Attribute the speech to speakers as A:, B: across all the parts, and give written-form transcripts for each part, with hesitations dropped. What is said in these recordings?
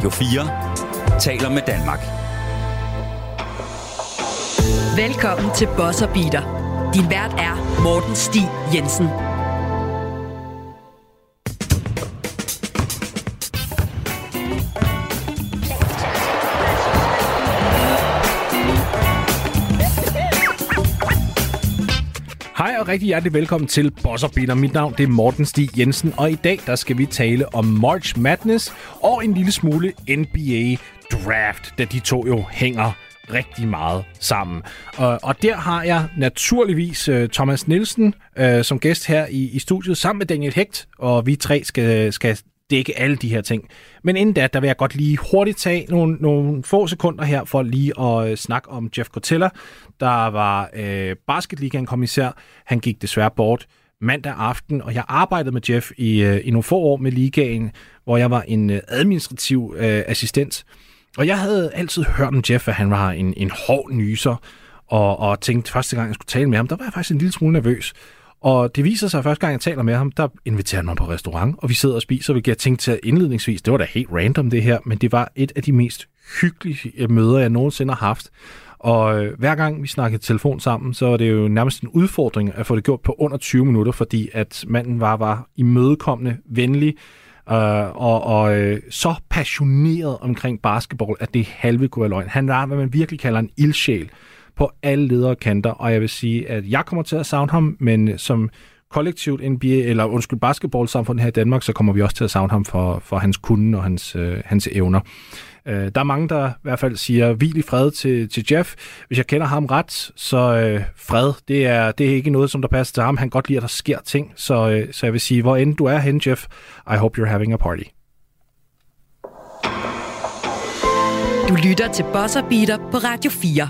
A: Radio 4 taler med Danmark.
B: Velkommen til Buzzer Beater. Din vært er Morten Stig Jensen.
C: Hej og rigtig hjertelig velkommen til Buzzer Beater. Mit navn det er Morten Stig Jensen, og i dag der skal vi tale om March Madness og en lille smule NBA Draft, da de to jo hænger rigtig meget sammen. Og der har jeg naturligvis Thomas Nielsen som gæst her i studiet sammen med Daniel Hecht, og vi tre skal dække alle de her ting. Men inden da, der vil jeg godt lige hurtigt tage nogle få sekunder her for lige at snakke om Jeff Cortella, der var basketligaen-kommissær. Han gik desværre bort mandag aften, og jeg arbejdede med Jeff i nogle få år med ligaen, hvor jeg var en administrativ assistent. Og jeg havde altid hørt om Jeff, at han var en hård nyser, og tænkte første gang, jeg skulle tale med ham, der var jeg faktisk en lille smule nervøs. Og det viser sig, at første gang, jeg taler med ham, der inviterer han mig på restaurant, og vi sidder og spiser, hvilket jeg tænkte til indledningsvis, det var da helt random det her, men det var et af de mest hyggelige møder, jeg nogensinde har haft. Og hver gang vi snakkede telefon sammen, så var det jo nærmest en udfordring at få det gjort på under 20 minutter, fordi at manden var imødekommende, venlig, og så passioneret omkring basketball, at det halve kunne være løgn. Han var, hvad man virkelig kalder en ildsjæl på alle ledere og kanter, og jeg vil sige, at jeg kommer til at savne ham, men som kollektivt basketballsamfund her i Danmark, så kommer vi også til at savne ham for hans kunnen og hans evner. Der er mange, der i hvert fald siger hvil i fred til Jeff. Hvis jeg kender ham ret, så fred, det er ikke noget, som der passer til ham. Han kan godt lide, at der sker ting, så jeg vil sige, hvor end du er hen, Jeff, I hope you're having a party.
B: Du lytter til Buzzer Beater på Radio 4.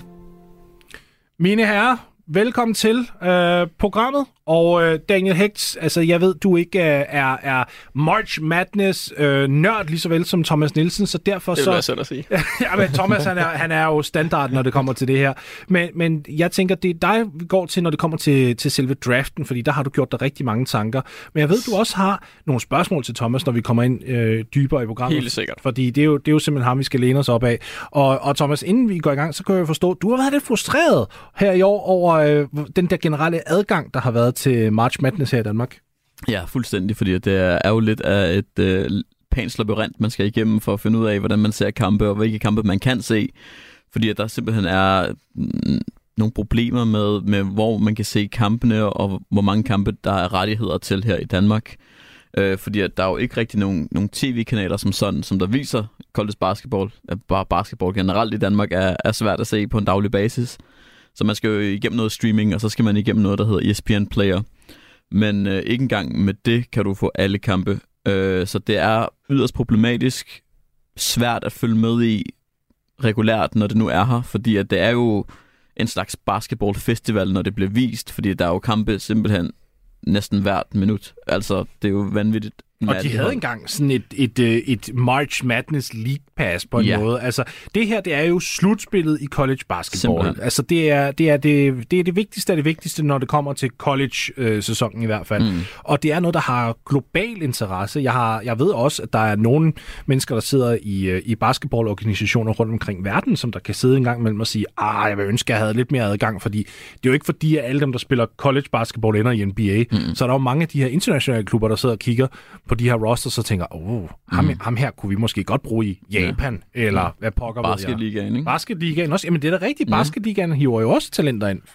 C: Mine herrer, velkommen til programmet. Og Daniel Hecht, altså jeg ved, du ikke er March Madness nørd lige så vel som Thomas Nielsen, så derfor så...
D: Det vil jeg sådan at sige.
C: Ja, men Thomas, han er jo standard, når det kommer til det her. Men jeg tænker, det er dig, vi går til, når det kommer til selve draften, fordi der har du gjort dig rigtig mange tanker. Men jeg ved, du også har nogle spørgsmål til Thomas, når vi kommer ind dybere i programmet.
D: Helt sikkert.
C: Fordi det er jo simpelthen ham, vi skal læne os op af. Og Thomas, inden vi går i gang, så kan jeg forstå, du har været lidt frustreret her i år over den der generelle adgang, der har været til March Madness her i Danmark.
E: Ja, fuldstændig, fordi det er jo lidt af et pænt labyrint, man skal igennem for at finde ud af, hvordan man ser kampe, og hvilke kampe man kan se. Fordi at der simpelthen er nogle problemer med, hvor man kan se kampene, og hvor mange kampe, der er rettigheder til her i Danmark. Fordi at der er jo ikke rigtig nogle tv-kanaler som sådan, som der viser college basketball. Bare basketball generelt i Danmark er svært at se på en daglig basis. Så man skal jo igennem noget streaming, og så skal man igennem noget, der hedder ESPN Player. Men ikke engang med det kan du få alle kampe. Så det er yderst problematisk, svært at følge med i regulært, når det nu er her. Fordi at det er jo en slags basketballfestival, når det bliver vist. Fordi der er jo kampe simpelthen næsten hvert minut. Altså, det er jo vanvittigt.
C: Og de havde engang sådan et March Madness League Pass på en måde. Altså, det her, det er jo slutspillet i college basketball. Simpelthen. Altså, det er det vigtigste af det vigtigste, når det kommer til college-sæsonen i hvert fald. Mm. Og det er noget, der har global interesse. Jeg ved også, at der er nogle mennesker, der sidder i basketballorganisationer rundt omkring verden, som der kan sidde en gang imellem og sige, jeg vil ønske, at jeg havde lidt mere adgang, fordi det er jo ikke fordi, at alle dem, der spiller college basketball, ender i NBA. Mm. Så er der jo mange af de her internationale klubber, der sidder og kigger på de her rosters og tænker, ham her kunne vi måske godt bruge i Japan, eller hvad pokker ved jeg.
E: Basketligaen, ikke?
C: Basketligaen også. Jamen, det er da rigtigt. Basketligaen hiver jo også talenter ind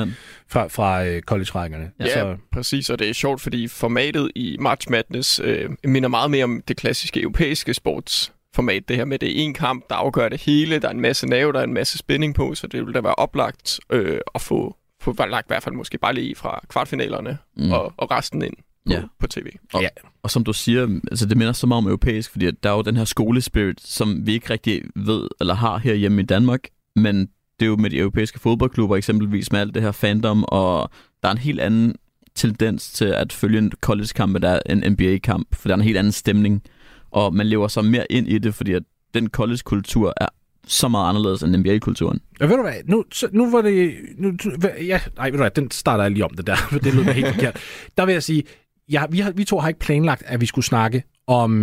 C: fra college-rækkerne.
D: Ja, så præcis, og det er sjovt, fordi formatet i March Madness minder meget mere om det klassiske europæiske sportsformat. Det her med, det er en kamp, der afgør det hele. Der er en masse nerve, der er en masse spænding på, så det vil da være oplagt at få lagt i hvert fald måske bare lige fra kvartfinalerne og resten ind på tv.
E: Og som du siger, altså det minder så meget om europæisk, fordi der er jo den her skolespirit, som vi ikke rigtig ved eller har herhjemme i Danmark, men det er jo med de europæiske fodboldklubber eksempelvis med alt det her fandom, og der er en helt anden tendens til at følge en college-kamp, der er en NBA-kamp, for der er en helt anden stemning, og man lever så mere ind i det, fordi at den college-kultur er så meget anderledes end NBA-kulturen.
C: Ja, ved du hvad, nu var det... ved du hvad, den starter jeg lige om det der, for det lyder helt forkert. Der vil jeg sige, vi to har ikke planlagt, at vi skulle snakke om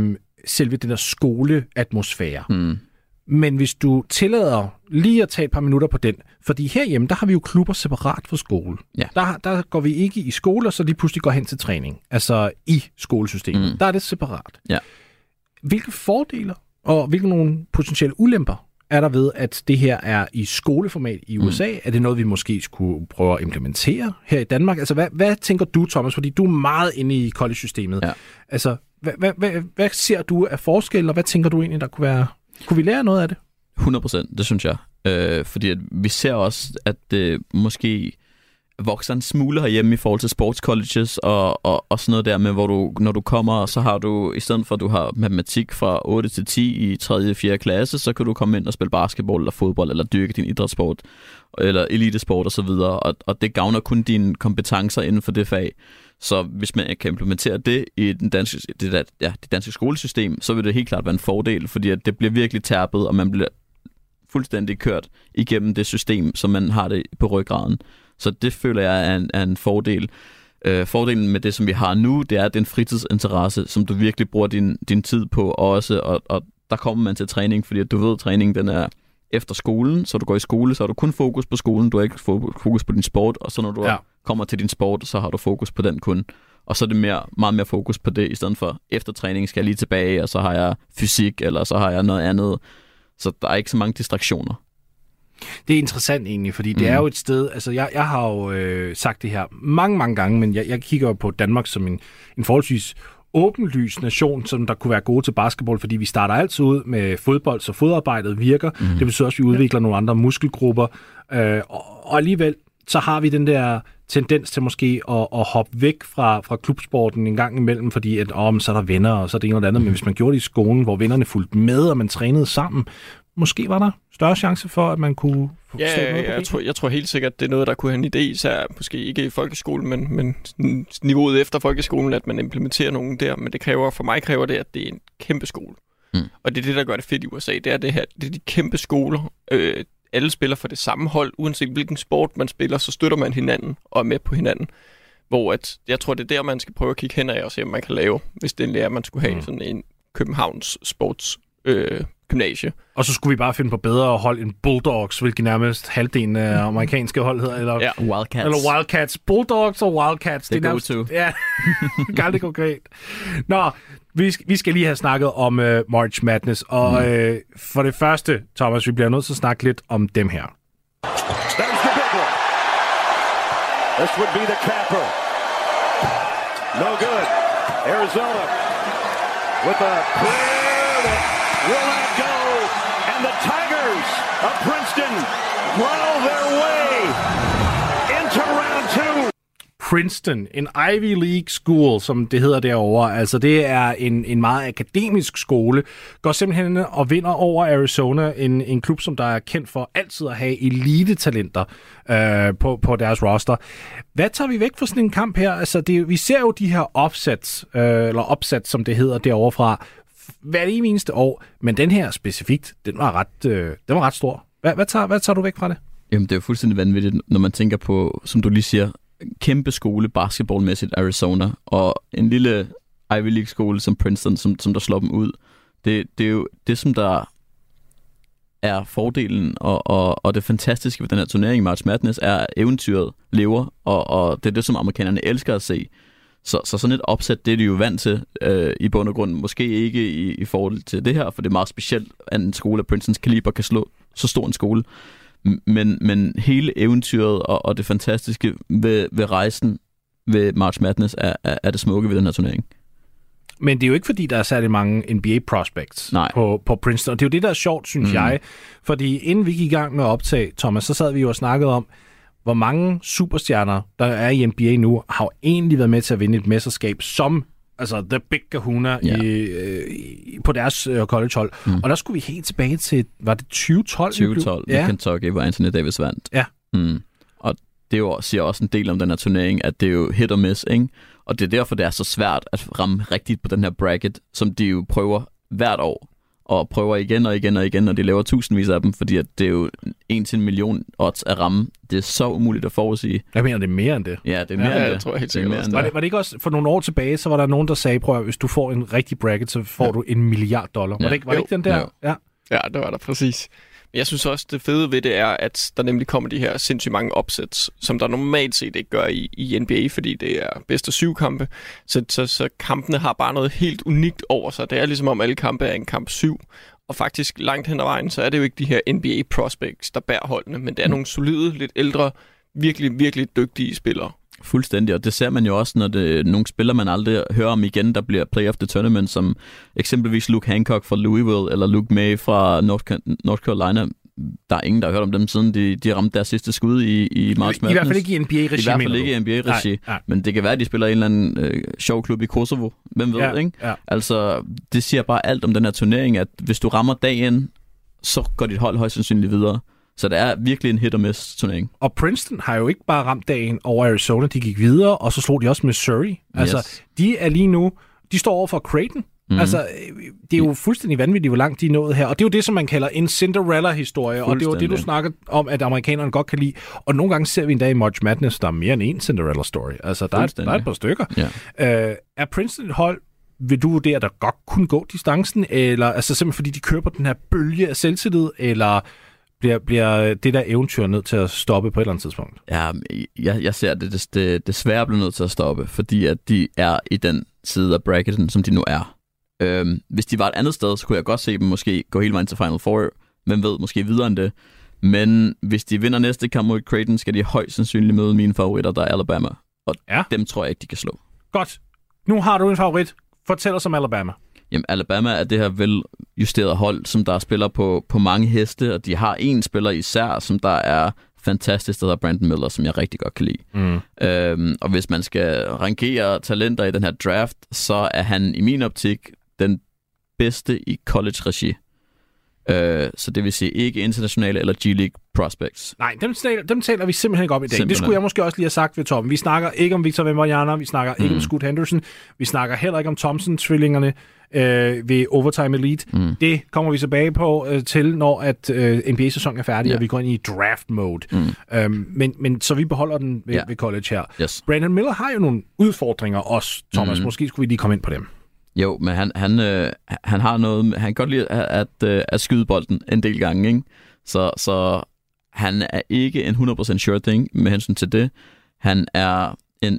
C: selve den der skoleatmosfære. Men hvis du tillader lige at tage et par minutter på den, fordi herhjemme, der har vi jo klubber separat fra skole.
E: Ja.
C: Der går vi ikke i skole, og så lige pludselig går hen til træning. Altså i skolesystemet. Der er det separat.
E: Ja.
C: Hvilke fordele og hvilke nogle potentielle ulemper er der ved, at det her er i skoleformat i USA? Er det noget, vi måske skulle prøve at implementere her i Danmark? Altså, hvad tænker du, Thomas? Fordi du er meget inde i college-systemet. Ja. Altså, hvad ser du af forskel, og hvad tænker du egentlig, der kunne være... Kunne vi lære noget af det?
E: 100%, det synes jeg. Fordi at vi ser også, at det måske vokser en smule herhjemme i forhold til sportscolleges og sådan noget der med, hvor du, når du kommer, så har du, i stedet for at du har matematik fra 8 til 10 i 3. og 4. klasse, så kan du komme ind og spille basketball eller fodbold, eller dyrke din idrætssport, eller elitesport osv., og det gavner kun dine kompetencer inden for det fag. Så hvis man kan implementere det i det danske skolesystem, så vil det helt klart være en fordel, fordi at det bliver virkelig tærpet, og man bliver fuldstændig kørt igennem det system, som man har det på ryggraden. Så det føler jeg er en fordel. Fordelen med det, som vi har nu, det er den fritidsinteresse, som du virkelig bruger din tid på også, og der kommer man til træning, fordi at du ved, at træningen den er efter skolen, så du går i skole, så har du kun fokus på skolen, du har ikke fokus på din sport, og så når du kommer til din sport, så har du fokus på den kun. Og så er det meget mere fokus på det, i stedet for efter træning skal jeg lige tilbage, og så har jeg fysik, eller så har jeg noget andet. Så der er ikke så mange distraktioner.
C: Det er interessant egentlig, fordi det er jo et sted, altså jeg har jo sagt det her mange gange, men jeg kigger jo på Danmark som en forholdsvis åbenlys nation, som der kunne være gode til basketball, fordi vi starter altid ud med fodbold, så fodarbejdet virker. Det betyder også, at vi udvikler nogle andre muskelgrupper, og alligevel så har vi den der tendens til måske at hoppe væk fra klubsporten en gang imellem, fordi at, så er der venner, og så er det ene eller andet. Men hvis man gjorde det i skolen, hvor vennerne fulgte med, og man trænede sammen, måske var der større chance for, at man kunne få
D: jeg tror helt sikkert, det er noget, der kunne have en idé, især måske ikke i folkeskolen, men niveauet efter folkeskolen, at man implementerer nogen der. Men for mig kræver det, at det er en kæmpe skole. Og det er det, der gør det fedt i USA. Det er det her, det er de kæmpe skoler. Alle spiller for det samme hold, uanset hvilken sport man spiller, så støtter man hinanden og er med på hinanden. Hvor jeg tror, det er der, man skal prøve at kigge hen af og se, om man kan lave, hvis det er en lærer, man skulle have sådan en Københavns sports gymnasie.
C: Og så skulle vi bare finde på bedre hold end Bulldogs, hvilket nærmest halvdelen af amerikanske hold hedder. Eller
E: Wildcats.
C: Eller Wildcats. Bulldogs og Wildcats.
E: Det er nærmest,
C: ja, galt konkret. Nå, vi skal lige have snakket om March Madness. Og for det første, Thomas, vi bliver nødt til at snakke lidt om dem her.
F: There's the big one. This would be the capper. No good. Arizona with a clear that will not go. And the Tigers of Princeton plow their way into round 2.
C: Princeton, en Ivy League school, som det hedder derovre. Altså, det er en meget akademisk skole. Går simpelthen og vinder over Arizona, en klub, som der er kendt for altid at have elitetalenter på deres roster. Hvad tager vi væk fra sådan en kamp her? Altså, vi ser jo de her opsats, som det hedder derovre fra, hver det eneste år. Men den her specifikt, den var ret stor. Hvad tager du væk fra det?
E: Jamen, det er jo fuldstændig vanvittigt, når man tænker på, som du lige siger, kæmpe skole basketballmæssigt Arizona, og en lille Ivy League skole som Princeton, som der slår dem ud. Det er jo det, som der er fordelen, og det fantastiske ved den her turnering, March Madness, er, at eventyret lever, og det er det, som amerikanerne elsker at se. Så sådan et opsæt, det er de jo vant til i bund og grund. Måske ikke i forhold til det her, for det er meget specielt, at en skole af Princetons kaliber kan slå så stor en skole. Men hele eventyret og det fantastiske ved rejsen ved March Madness er det smukke ved den her turnering.
C: Men det er jo ikke, fordi der er særlig mange NBA-prospects på Princeton. Og det er jo det, der er sjovt, synes jeg. Fordi inden vi gik i gang med at optage, Thomas, så sad vi jo og snakkede om, hvor mange superstjerner, der er i NBA nu, har jo egentlig været med til at vinde et mesterskab som The Big Kahuna på deres collegehold. Og der skulle vi helt tilbage til, var det 2012?
E: 2012 i Kentucky, hvor Anthony Davis vandt.
C: Ja.
E: Og det jo siger også en del om den her turnering, at det er jo hit og miss, ikke? Og det er derfor, det er så svært at ramme rigtigt på den her bracket, som de jo prøver hvert år. og prøver igen og igen og igen, og de laver tusindvis af dem, fordi at det er jo 1 til 1 million odds at ramme. Det er så umuligt at forudsige.
C: Jeg mener, det er mere end det.
E: Ja, det er mere end det.
D: Jeg tror helt sikkert.
C: Var det ikke også for nogle år tilbage, så var der nogen, der sagde, prøv at hvis du får en rigtig bracket, så får du $1 milliard. Var det ikke den der?
E: Jo.
C: Ja,
D: det var der præcis. Men jeg synes også, det fede ved det er, at der nemlig kommer de her sindssygt mange upsets, som der normalt set ikke gør i NBA, fordi det er bedst af 7 kampe. Så kampene har bare noget helt unikt over sig. Det er ligesom om alle kampe er en kamp 7. Og faktisk langt hen ad vejen, så er det jo ikke de her NBA prospects, der bærer holdene, men det er nogle solide, lidt ældre, virkelig, virkelig dygtige spillere.
E: Fuldstændig, og det ser man jo også, når det er nogle spillere, man aldrig hører om igen, der bliver player of the tournament, som eksempelvis Luke Hancock fra Louisville, eller Luke May fra North Carolina. Der er ingen, der har hørt om dem, siden de ramte deres sidste skud i March Madness.
C: I hvert fald ikke i NBA-regi.
E: I hvert fald ikke i NBA-regi. Nej. Men det kan være, at de spiller i en eller anden sjov klub i Kosovo. Hvem ved, ikke? Ja. Altså, det siger bare alt om den her turnering, at hvis du rammer dagen, så går dit hold højst sandsynligt videre. Så det er virkelig en hit-or-miss turnering.
C: Og Princeton har jo ikke bare ramt dagen over Arizona. De gik videre, og så slog de også Missouri. Altså, de er lige nu... De står over for Creighton. Altså, det er jo fuldstændig vanvittigt, hvor langt de er nået her. Og det er jo det, som man kalder en Cinderella-historie. Og det er jo det, du snakker om, at amerikanerne godt kan lide. Og nogle gange ser vi en dag i March Madness, der er mere end en Cinderella-story. Altså, der er et par stykker. Ja. Er Princeton et hold, vil du vurdere, der godt kunne gå distancen? Eller altså simpelthen fordi de kører den her bølge af selvtillid? Eller bliver det der eventyr nødt til at stoppe på et eller andet tidspunkt?
E: Ja, jeg ser det desværre bliver nødt til at stoppe, fordi at de er i den side af bracketen, som de nu er. Hvis de var et andet sted, så kunne jeg godt se dem måske gå hele vejen til Final Four. Hvem ved, måske videre end det. Men hvis de vinder næste kamp mod Creighton, skal de højst sandsynligt møde mine favoritter, der er Alabama. Og dem tror jeg ikke, de kan slå.
C: Godt. Nu har du en favorit. Fortæl os om Alabama.
E: Jamen, Alabama er det her veljusterede hold, som der spiller på mange heste, og de har en spiller især, som der er fantastisk, der hedder Brandon Miller, som jeg rigtig godt kan lide. Og hvis man skal rangere talenter i den her draft, så er han i min optik den bedste i college-regi. Så det vil sige ikke internationale eller G-League prospects.
C: Nej, dem taler vi simpelthen ikke om i dag. Det skulle jeg måske også lige have sagt ved Tom. Vi snakker ikke om Victor Wembanyama, vi snakker ikke om Scoot Henderson, vi snakker heller ikke om Thompson-tvillingerne ved Overtime Elite. Det kommer vi tilbage på til, når at NBA-sæsonen er færdig, og vi går ind i draft-mode. Men så vi beholder den ved college her.
E: Yes.
C: Brandon Miller har jo nogle udfordringer også, Thomas. Måske skulle vi lige komme ind på dem.
E: Jo, men han har noget... Han kan godt lide at skyde bolden en del gange, ikke? Så han er ikke en 100% sure thing med hensyn til det. Han er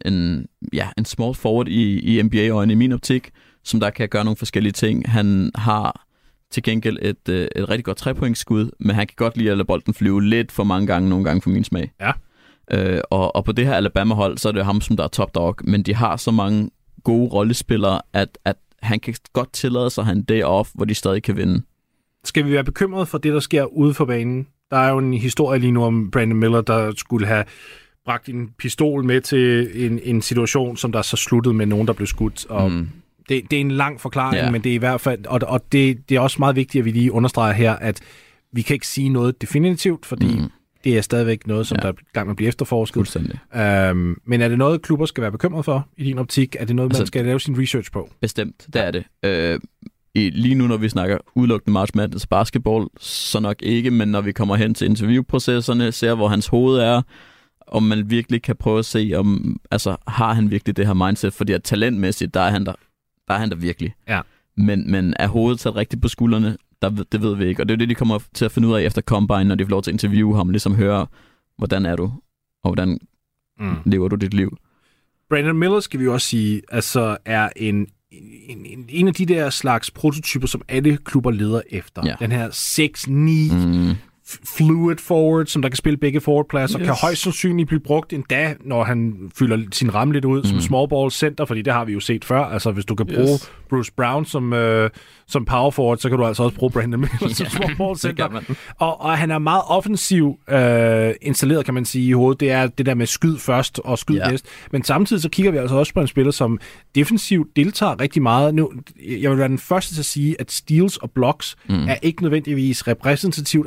E: en small forward i NBA-øjne i min optik, som der kan gøre nogle forskellige ting. Han har til gengæld et rigtig godt 3-pointsskud, men han kan godt lide at lade bolden flyve lidt for mange gange, nogle gange for min smag.
C: Ja.
E: Og på det her Alabama-hold, så er det ham, som der er top dog, men de har så mange gode rollespillere, at han kan godt tillade sig at have en day off, hvor de stadig kan vinde.
C: Skal vi være bekymret for det, der sker ude for banen? Der er jo en historie lige nu om Brandon Miller, der skulle have bragt en pistol med til en situation, som der så sluttede med nogen, der blev skudt. Og det er en lang forklaring, men det er i hvert fald... Og det er også meget vigtigt, at vi lige understreger her, at vi kan ikke sige noget definitivt, fordi det er stadigvæk noget, som der er i gang med at blive efterforsket. Men er det noget, klubber skal være bekymret for i din optik? Er det noget, man skal lave sin research på?
E: Bestemt, det er det. Lige nu, når vi snakker udelukkende March Madness basketball, så nok ikke, men når vi kommer hen til interviewprocesserne, ser hvor hans hoved er, om man virkelig kan prøve at se, om har han virkelig det her mindset, fordi at talentmæssigt, der er han der virkelig.
C: Ja.
E: Men er hovedet sat rigtigt på skuldrene? Det ved vi ikke, og det er det, de kommer til at finde ud af efter Combine, når de får lov til at interviewe ham, ligesom høre, hvordan er du, og hvordan lever du dit liv.
C: Brandon Miller, skal vi jo også sige, er en af de der slags prototyper, som alle klubber leder efter. Ja. Den her 6'9", fluid forward, som der kan spille begge forwardpladser, kan højst sandsynligt blive brugt endda, når han fylder sin ramme lidt ud som small ball center, fordi det har vi jo set før. Altså, hvis du kan bruge Bruce Brown som power forward, så kan du altså også bruge Brandon Miller som small ball center. Og han er meget offensiv installeret, kan man sige, i hovedet. Det er det der med skyd først og skyd næst. Men samtidig så kigger vi altså også på en spiller, som defensivt deltager rigtig meget. Nu, jeg vil være den første til at sige, at steals og blocks er ikke nødvendigvis repræsentativt af noget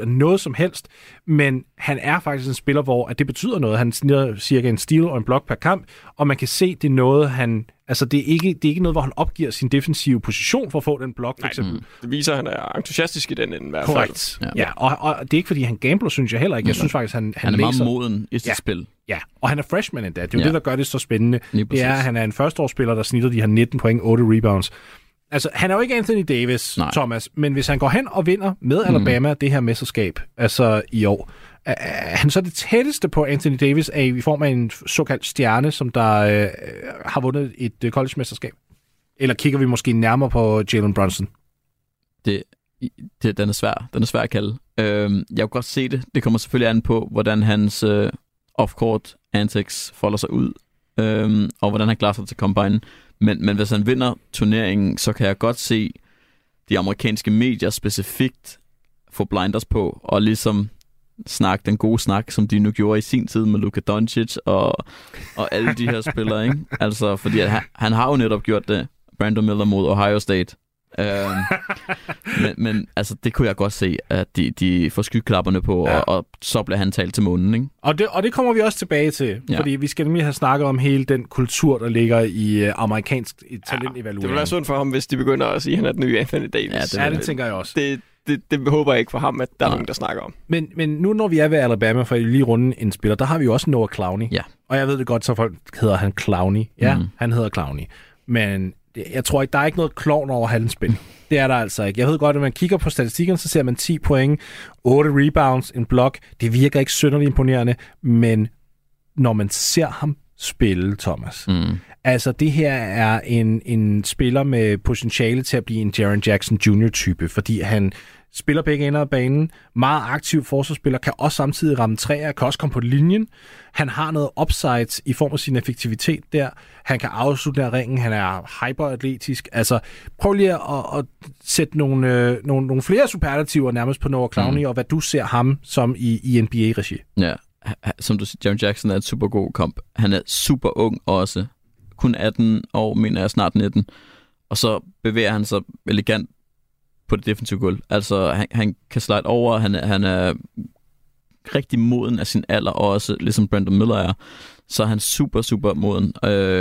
C: som helst, men han er faktisk en spiller, hvor at det betyder noget. Han snitter cirka en steal og en block per kamp, og man kan se, det er noget, han... Altså, det er ikke noget, hvor han opgiver sin defensive position for at få den blok, for eksempel.
D: Det viser, at han er entusiastisk i den ende, i hvert fald.
C: Korrekt. Ja, og det er ikke, fordi han gambler, synes jeg heller ikke. Jeg synes faktisk, han
E: er meget moden i sit spil.
C: Ja, og han er freshman endda. Det er jo det, der gør det så spændende. Det er, at han er en førsteårsspiller, der snitter de her 19 point, 8 rebounds. Altså, han er jo ikke Anthony Davis, Thomas, men hvis han går hen og vinder med Alabama det her mesterskab, altså i år, han så det tætteste på Anthony Davis er i form af en såkaldt stjerne, som der har vundet et college-mesterskab? Eller kigger vi måske nærmere på Jalen Brunson?
E: Den er svær. Den er svær at kalde. Jeg kan godt se det. Det kommer selvfølgelig an på, hvordan hans off-court antics folder sig ud, og hvordan han klarer sig til combine. Men hvis han vinder turneringen, så kan jeg godt se de amerikanske medier specifikt få blinders på, og ligesom snakke den gode snak, som de nu gjorde i sin tid med Luka Doncic og alle de her spillere, ikke? Altså, fordi han har jo netop gjort det, Brandon Miller mod Ohio State. Men altså, det kunne jeg godt se, at de får skyklapperne på, og så bliver han talt til munden, ikke?
C: Og det kommer vi også tilbage til, fordi vi skal nemlig have snakket om hele den kultur, der ligger i amerikansk talentevaluering.
D: Det vil være sundt for ham, hvis de begynder at sige, at han er den nye Anthony Davis.
C: Det tænker jeg også.
D: Det håber jeg ikke for ham, at der er nogen, der snakker om.
C: Men nu når vi er ved Alabama, for lige runde en spiller, der har vi jo også Noah Clowney.
E: Ja.
C: Og jeg ved det godt, så folk hedder han Clowney. Ja, han hedder Clowney. Men jeg tror ikke, der er ikke noget klovn over hans spil. Det er der altså ikke. Jeg ved godt, at man kigger på statistikkerne, så ser man 10 point, 8 rebounds, en blok. Det virker ikke synderligt imponerende, men når man ser ham spille, Thomas, altså det her er en spiller med potentiale til at blive en Jaren Jackson Jr.-type, fordi han spiller begge ender af banen, meget aktiv forsvarsspiller, kan også samtidig ramme træer, kan også komme på linjen. Han har noget upside i form af sin effektivitet der. Han kan afslutte der ringen, han er hyperatletisk. Altså, prøv lige at sætte nogle flere superlativer nærmest på Noah Clowney, og hvad du ser ham som i NBA-regi.
E: Ja, som du siger, Jaren Jackson er et super god komp. Han er super ung også. Kun 18 år, mener jeg, snart 19. Og så bevæger han sig elegant på det defensive gulv. Altså, han kan slide over, han er rigtig moden af sin alder, også ligesom Brandon Miller er. Så er han super, super moden.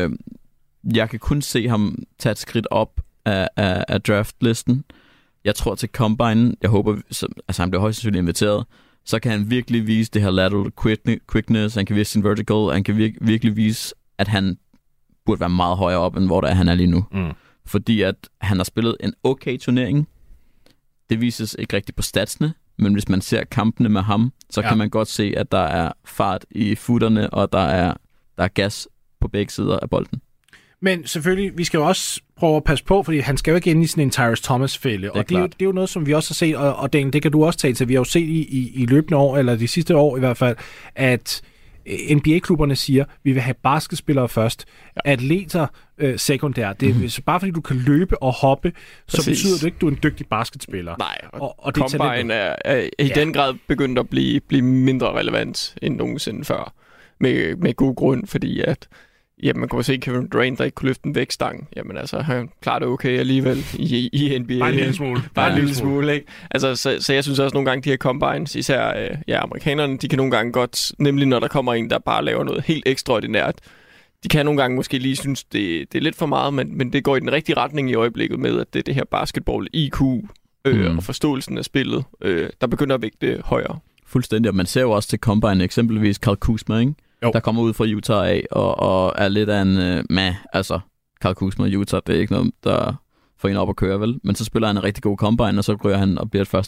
E: Jeg kan kun se ham tage et skridt op af draftlisten. Jeg tror til Combine, jeg håber, altså han bliver højst sandsynligt inviteret, så kan han virkelig vise det her lateral quickness, han kan vise sin vertical, han kan virkelig vise, at han burde være meget højere op, end hvor der er, han er lige nu. Fordi at han har spillet en okay turnering. Det vises ikke rigtigt på statsene, men hvis man ser kampene med ham, så kan man godt se, at der er fart i futterne, og der er gas på begge sider af bolden.
C: Men selvfølgelig, vi skal jo også prøve at passe på, fordi han skal jo ikke ind i sådan en Tyrese Thomas-fælde. Og det er jo noget, som vi også har set, og det kan du også tale til. Vi har jo set i løbende år, eller de sidste år i hvert fald, at NBA-klubberne siger, vi vil have basketspillere først, atleter sekundær. Det er bare fordi du kan løbe og hoppe, så betyder det ikke, at du er en dygtig basketspiller.
D: Nej, og det Combine er i den grad begyndt at blive mindre relevant end nogensinde før. Med god grund, fordi at man kunne se Kevin Durant, der ikke kunne løfte en vægtstang. Jamen altså, han klarer det okay alligevel i NBA.
C: Bare en lille smule.
D: Bare en lille smule, ikke? Altså, så jeg synes også nogle gange, de her combines, især amerikanerne, de kan nogle gange godt, nemlig når der kommer en, der bare laver noget helt ekstraordinært, de kan nogle gange måske lige synes, det er lidt for meget, men det går i den rigtige retning i øjeblikket med, at det er det her basketball-IQ og forståelsen af spillet, der begynder at vægte højere.
E: Fuldstændig, og man ser jo også til combine, eksempelvis Kyle Kuzma, ikke?
C: Jo.
E: Der kommer ud fra Utah af, og er lidt af en altså, Kyle Kuzma og Utah, det er ikke noget, der får en op at køre, vel? Men så spiller han en rigtig god combine, og så ryger han og bliver et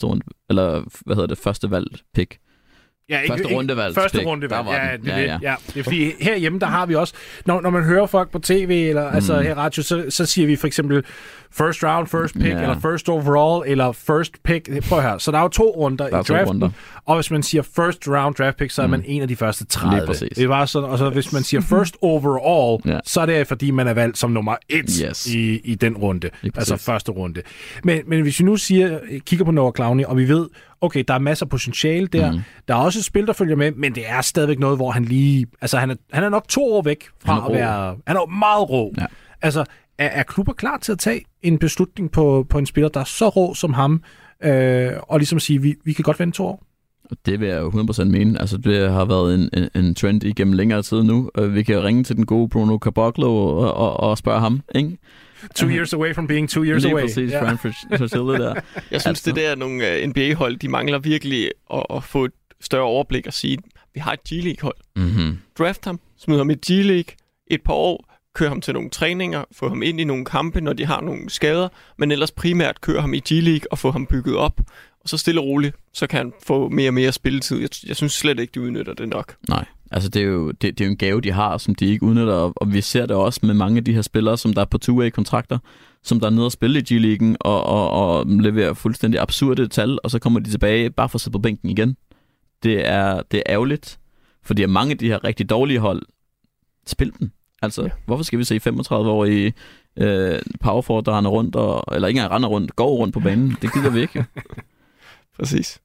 E: første valg pick.
C: Ja,
E: første rundevalg.
C: Første rundevalg, ja. Det er fordi herhjemme, der har vi også, når man hører folk på tv, eller altså her radio, så siger vi for eksempel first round, first pick, eller first overall, eller first pick. Prøv her. Så der er jo 2 runder i draften, og hvis man siger first round draft pick, så er man en af de første 30. Det er bare sådan, og så hvis man siger first overall, så er det fordi, man er valgt som nummer 1 i den runde. Altså første runde. Men hvis vi nu kigger på Noah Clowney, og vi ved, okay, der er masser af potentiale der. Der er også et spil, der følger med, men det er stadigvæk noget, hvor han lige... Altså, han er nok 2 år væk fra at være... Han er meget rå. Ja. Altså, er klubber klar til at tage en beslutning på en spiller, der er så rå som ham, og ligesom sige, vi kan godt vente 2 år?
E: Det vil jeg jo 100% mene. Altså, det har været en trend igennem længere tid nu. Vi kan ringe til den gode Bruno Caboclo og spørge ham, ikke?
C: 2 years away from being 2 years away.
E: Lige præcis, Fran Fraschilla der.
D: Jeg synes, det der nogle NBA-hold, de mangler virkelig at få et større overblik og sige, vi har et G-League-hold.
E: Mm-hmm.
D: Draft ham, smid ham i G-League et par år, kør ham til nogle træninger, få ham ind i nogle kampe, når de har nogle skader, men ellers primært kør ham i G-League og få ham bygget op. Og så stille og roligt, så kan han få mere og mere spilletid. Jeg synes slet ikke, de udnytter det nok.
E: Nej, altså det er jo en gave, de har, som de ikke udnytter. Og vi ser det også med mange af de her spillere, som der er på two-way-kontrakter, som der er nede og spille i G-League'en og leverer fuldstændig absurde tal, og så kommer de tilbage bare for at sidde på bænken igen. Det er ærgerligt, fordi mange af de her rigtig dårlige hold, spil den. Altså, Hvorfor skal vi se 35-årige power forward, der render rundt, eller ikke engang render rundt, går rundt på banen? Det gider vi ikke.
D: Præcis.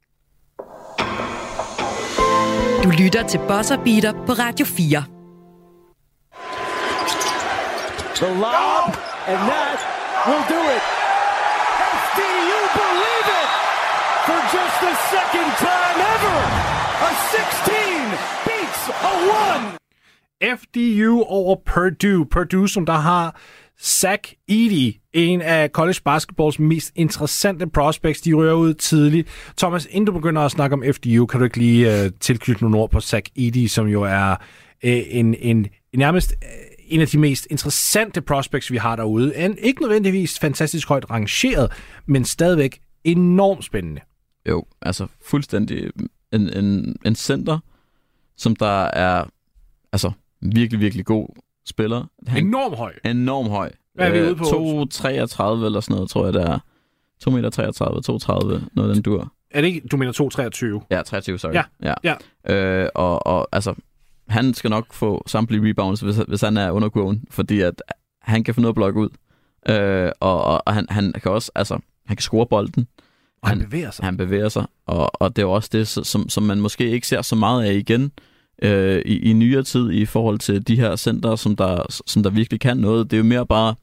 B: Du lytter til Buzzer Beater på Radio 4.
F: The lob, and that will do it. Do you believe it? For just the second time ever, a 16 beats a 1.
C: FDU over Purdue. Purdue, som der har Zach Edey, en af college basketballs mest interessante prospects. De rører ud tidligt. Thomas, inden du begynder at snakke om FDU, kan du ikke lige tilknytte nogle ord på Zach Edey, som jo er nærmest en af de mest interessante prospects, vi har derude. Ikke nødvendigvis fantastisk højt rangeret, men stadigvæk enormt spændende.
E: Jo, altså fuldstændig en center, som der er altså virkelig, virkelig god spiller.
C: Enormt høj.
E: Enormt høj.
C: Hvad er vi ude på?
E: 2,33 eller sådan noget, tror jeg, det er. 2,33 meter, 2,30, noget af den dur.
C: Er det ikke, du mener 2,23?
E: Ja, 23, sorry.
C: Ja.
E: Og altså, han skal nok få samtlige rebounds, hvis han er under kurven, fordi at han kan få noget at blokke ud. Og han kan også, altså, han kan score bolden.
C: Og han bevæger sig.
E: Han bevæger sig, og det er jo også det, som man måske ikke ser så meget af igen i nyere tid i forhold til de her center, som der virkelig kan noget. Det er jo mere bare,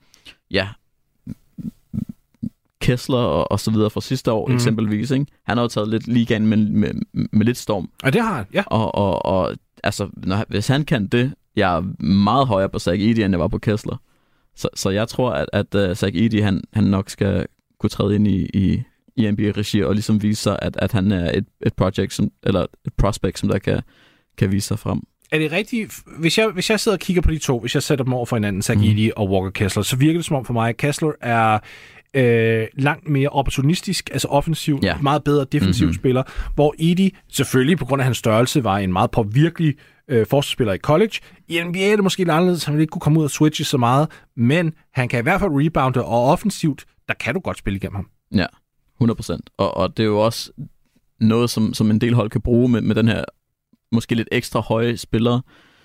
E: Kessler og så videre fra sidste år, eksempelvis. Ikke? Han har jo taget lidt ligaen med lidt storm.
C: Og det har han, ja.
E: Og altså, hvis han kan det, jeg er meget højere på Zach Edey, end jeg var på Kessler. Så jeg tror, at Zach Edey, han nok skal kunne træde ind i NBA-regi og ligesom vise sig, at han er et project, eller et prospect, som der kan vise sig frem. Er
C: det rigtigt? Hvis jeg sidder og kigger på de to, hvis jeg sætter dem over for hinanden, Zach Edey og Walker Kessler, så virker det som om for mig, at Kessler er langt mere opportunistisk, altså offensivt, meget bedre defensiv spiller, hvor Edey, selvfølgelig på grund af hans størrelse, var en meget påvirkelig forsvarsspiller i college. I NBA er det måske lidt anderledes, han vil ikke kunne komme ud og switche så meget, men han kan i hvert fald rebounde, og offensivt, der kan du godt spille igennem ham.
E: Ja, 100%. Og det er jo også noget, som en del hold kan bruge med den her måske lidt ekstra høje spillere,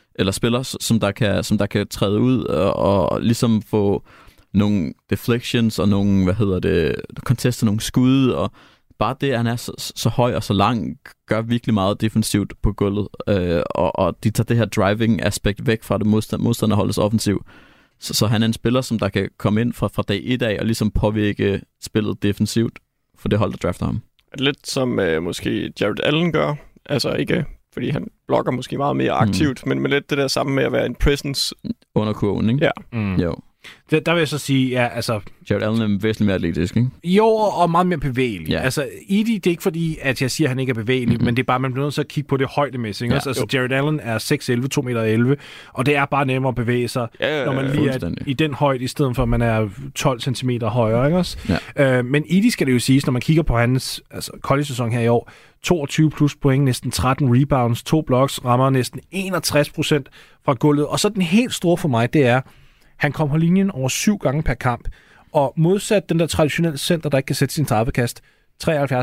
E: som der kan træde ud og ligesom få nogle deflections og nogle, conteste nogle skud, og bare det, at han er så høj og så lang, gør virkelig meget defensivt på gulvet, og de tager det her driving aspekt væk fra det modstanderholdets offensiv. Så han er en spiller, som der kan komme ind fra dag 1 af og ligesom påvirke spillet defensivt for det hold, der drafter ham.
D: Lidt som måske Jared Allen gør, altså ikke fordi han blokker måske meget mere aktivt, men med lidt det der samme med at være en presence.
E: Under kurven, ikke?
D: Ja.
E: Jo.
C: Der vil jeg så sige, altså...
E: Jared Allen er væsentligt mere atletisk, ikke?
C: Jo, og meget mere bevægelig.
E: Ja.
C: Altså, Edey, det er ikke fordi, at jeg siger, at han ikke er bevægelig, men det er bare, man bliver nødt til at kigge på det højdemæssigt. Ja, altså, Jared Allen er 6'11", 2,11 meter, og det er bare nemmere at bevæge sig, når man lige er i den højde, i stedet for, at man er 12 cm højere, ikke også? Ja. Men Edey skal det jo siges, når man kigger på hans college-sæson her i år, 22 plus point, næsten 13 rebounds, 2 blocks, rammer næsten 61% fra gulvet. Og så den helt store for mig, det er, han kom på linjen over 7 gange per kamp, og modsat den der traditionelle center, der ikke kan sætte sin straffekast, 73,5%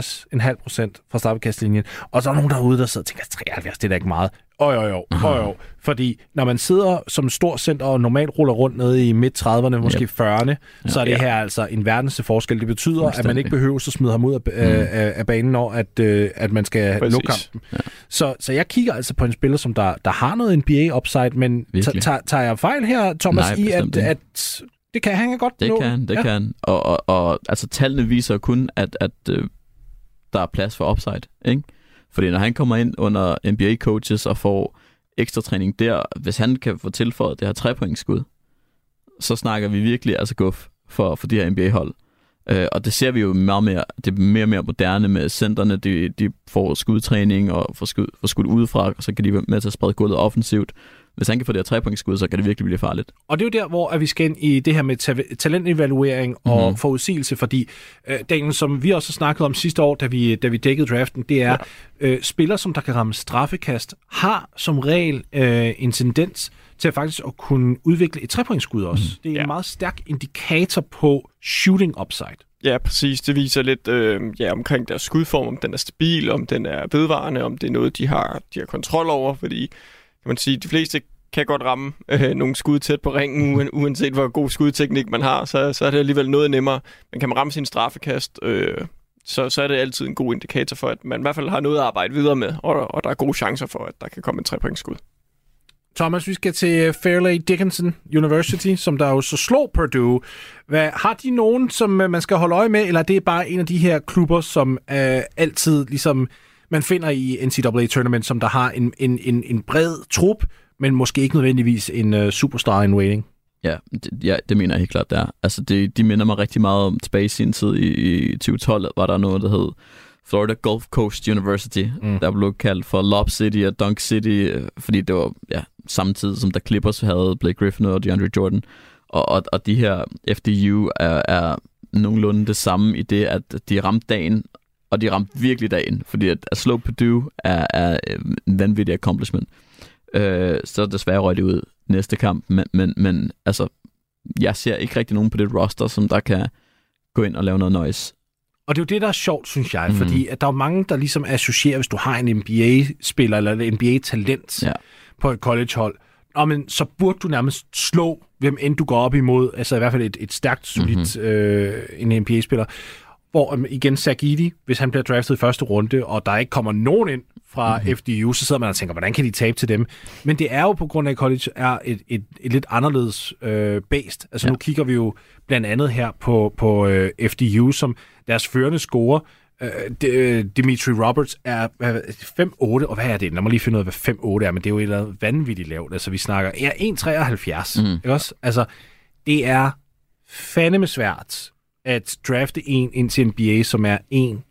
C: fra straffekastlinjen. Og så er nogen derude, der sidder og tænker, 73, det er da ikke meget. Jo. Fordi når man sidder som stor center og normalt ruller rundt nede i midt-30'erne, måske 40'erne, så er det her altså en verdens forskel. Det betyder, at man ikke behøver at smide ham ud af banen, når at man skal lukke kampen. Ja. Så jeg kigger altså på en spiller, som der har noget NBA-upside, men tager jeg fejl her, Thomas,
E: nej,
C: at det kan han godt
E: nå? Det kan han. Og altså, tallene viser kun, at der er plads for upside, ikke? Fordi når han kommer ind under NBA-coaches og får ekstra træning der, hvis han kan få tilføjet det her 3-pointsskud, så snakker vi virkelig altså guf for de her NBA-hold. Og det ser vi jo meget mere, det er mere og mere moderne med centerne, de får skudtræning og får skud udefra, og så kan de være med til at sprede gulvet offensivt. Hvis han kan få det her 3-pointsskud, så kan det virkelig blive farligt. Og
C: det er jo der, hvor vi skal ind i det her med talentevaluering og forudsigelse, fordi Daniel, som vi også har snakket om sidste år, da vi dækkede draften, det er spillere, som der kan ramme straffekast, har som regel en tendens til at faktisk at kunne udvikle et 3-pointsskud også. Det er en meget stærk indikator på shooting upside.
D: Ja, præcis. Det viser lidt omkring deres skudform, om den er stabil, om den er vedvarende, om det er noget, de har kontrol over, fordi kan man sige, de fleste kan godt ramme nogle skud tæt på ringen, uanset hvor god skudteknik man har, så er det alligevel noget nemmere. Men kan man ramme sin straffekast, så er det altid en god indikator for, at man i hvert fald har noget at arbejde videre med, og der er gode chancer for, at der kan komme en 3-pointsskud.
C: Thomas, vi skal til Fairleigh Dickinson University, som der jo så slog Purdue. Har de nogen, som man skal holde øje med, eller er det bare en af de her klubber, som altid ligesom man finder i NCAA-tournament, som der har en bred trup, men måske ikke nødvendigvis en superstar in waiting?
E: Ja, det mener jeg helt klart, der. Altså, de minder mig rigtig meget om tilbage i sin tid. I 2012 var der noget, der hed Florida Gulf Coast University, der blev kaldt for Lob City og Dunk City, fordi det var samtidig som der Clippers havde Blake Griffin og DeAndre Jordan. Og de her FDU er nogenlunde det samme i det, at de ramte dagen, og de ramte virkelig dagen, fordi at slå Purdue er en vanvittig accomplishment. Så desværre røg det ud næste kamp, men altså, jeg ser ikke rigtig nogen på det roster, som der kan gå ind og lave noget noise.
C: Og det er jo det, der er sjovt, synes jeg, fordi at der er mange, der ligesom associerer, hvis du har en NBA-spiller eller en NBA-talent på et collegehold, men så burde du nærmest slå, hvem end du går op imod, altså i hvert fald et stærkt, solidt en NBA-spiller. Hvor igen, Sagidi, hvis han bliver draftet i første runde, og der ikke kommer nogen ind fra FDU, så sidder man og tænker, hvordan kan de tabe til dem? Men det er jo på grund af, at college er et lidt anderledes based. Altså nu kigger vi jo blandt andet her på FDU, som deres førende scorer. Dimitri Roberts er 5'8", og hvad er det? Lad mig lige finde ud af, hvad 5'8" er, men det er jo et eller andet vanvittigt lavt. Altså vi snakker 1,73. Ikke også? Altså det er fandeme svært at drafte en ind til NBA, som er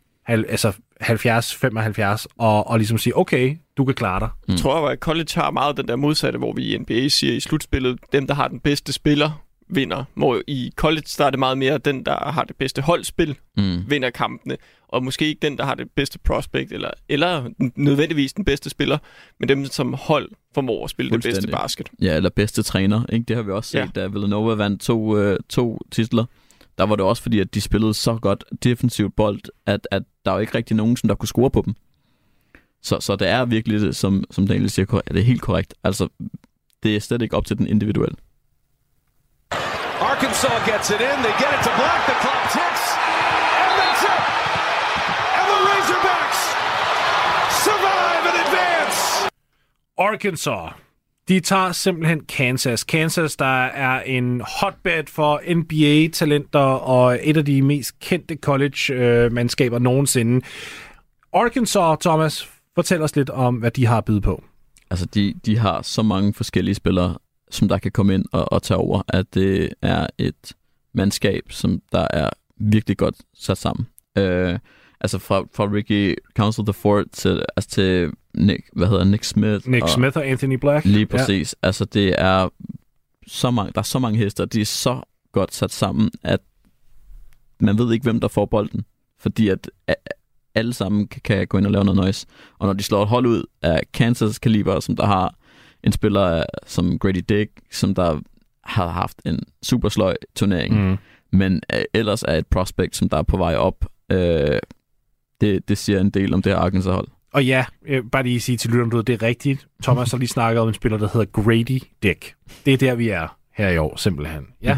C: 70-75, og ligesom sige, okay, du kan klare dig.
D: Jeg tror, at college har meget den der modsatte, hvor vi i NBA siger i slutspillet, dem, der har den bedste spiller, vinder. Hvor i college, der er det meget mere den, der har det bedste holdspil, vinder kampene, og måske ikke den, der har det bedste prospect, eller nødvendigvis den bedste spiller, men dem, som hold formår at spille det bedste basket.
E: Ja, eller bedste træner. Ikke? Det har vi også set, da Villanova vandt to titler. Der var det også fordi, at de spillede så godt defensivt bold, at der var ikke rigtig nogen, som der kunne score på dem. Så det er virkelig det, som Daniel siger, er det helt korrekt. Altså, det er slet ikke op til den individuelle.
F: Arkansas gets it in, they get it to block, the clock ticks, and that's it! And the Razorbacks survive and advance!
C: Arkansas. De tager simpelthen Kansas. Kansas, der er en hotbed for NBA-talenter og et af de mest kendte college-mandskaber nogensinde. Arkansas, Thomas, fortæl os lidt om, hvad de har at byde på.
E: Altså, de har så mange forskellige spillere, som der kan komme ind og tage over, at det er et mandskab, som der er virkelig godt sat sammen. Altså fra Ricky Council IV til Nick Smith.
C: Nick Smith og Anthony Black.
E: Lige præcis. Ja. Altså det er så mange, der er så mange hester, de er så godt sat sammen, at man ved ikke, hvem der får bolden. Fordi at alle sammen kan gå ind og lave noget noise. Og når de slår et hold ud af Kansas kaliber, som der har en spiller som Grady Dick, som der har haft en super sløj turnering, men ellers er et prospect, som der er på vej op. Det siger en del om det her Arkansas-hold.
C: Og ja, bare lige sige til lytteren, det er rigtigt. Thomas har lige snakket om en spiller, der hedder Grady Dick. Det er der, vi er her i år, simpelthen. Ja.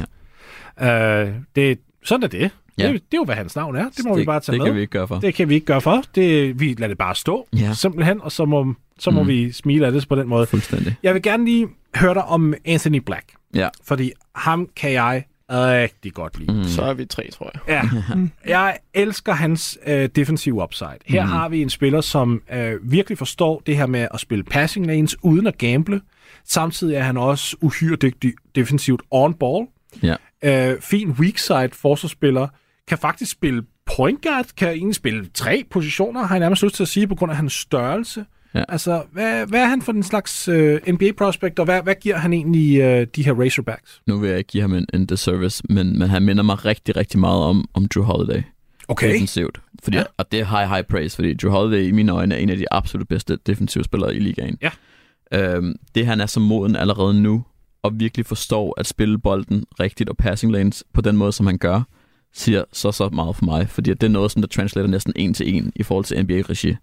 C: Sådan er det. Ja. Det er jo, hvad hans navn er. Det må vi bare tage med.
E: Det kan vi ikke gøre for.
C: Det kan vi ikke gøre for. Vi lader det bare stå, simpelthen, og så må vi smile af det på den måde.
E: Fuldstændig.
C: Jeg vil gerne lige høre dig om Anthony Black.
E: Ja.
C: Fordi ham kan jeg rigtig godt lide.
D: Så er vi 3, tror jeg.
C: Ja, jeg elsker hans defensive upside. Her har vi en spiller, som virkelig forstår det her med at spille passing lanes uden at gamble. Samtidig er han også uhyre dygtig defensivt on-ball.
E: Ja.
C: Fin weak side forsvarsspiller. Kan faktisk spille point guard. Kan egentlig spille 3 positioner, har jeg nærmest lyst til at sige, på grund af hans størrelse. Ja. Altså, hvad er han for en slags NBA-prospect, og hvad giver han egentlig de her Razorbacks?
E: Nu vil jeg ikke give ham en disservice, men han minder mig rigtig, rigtig meget om Drew Holiday.
C: Okay.
E: Defensivt. Fordi, og det er high praise, fordi Drew Holiday i mine øjne er en af de absolut bedste defensive spillere i ligaen.
C: Ja.
E: Det han er så moden allerede nu, og virkelig forstår at spille bolden rigtigt og passing lanes på den måde, som han gør, siger så meget for mig. Fordi det er noget, som der translater næsten 1-1 i forhold til NBA-regi.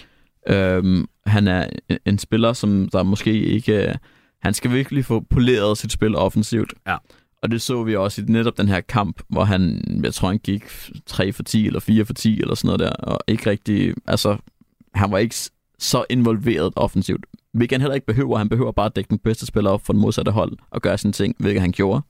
E: Han er en spiller, som der måske ikke... Han skal virkelig få poleret sit spil offensivt.
C: Ja.
E: Og det så vi også i netop den her kamp, hvor jeg tror, han gik 3 for 10 eller 4 for 10 eller sådan noget der. Og ikke rigtig... Altså, han var ikke så involveret offensivt. Hvilket han heller ikke behøver. Han behøver bare at dække den bedste spiller op for den modsatte hold og gøre sine ting, hvilket han gjorde.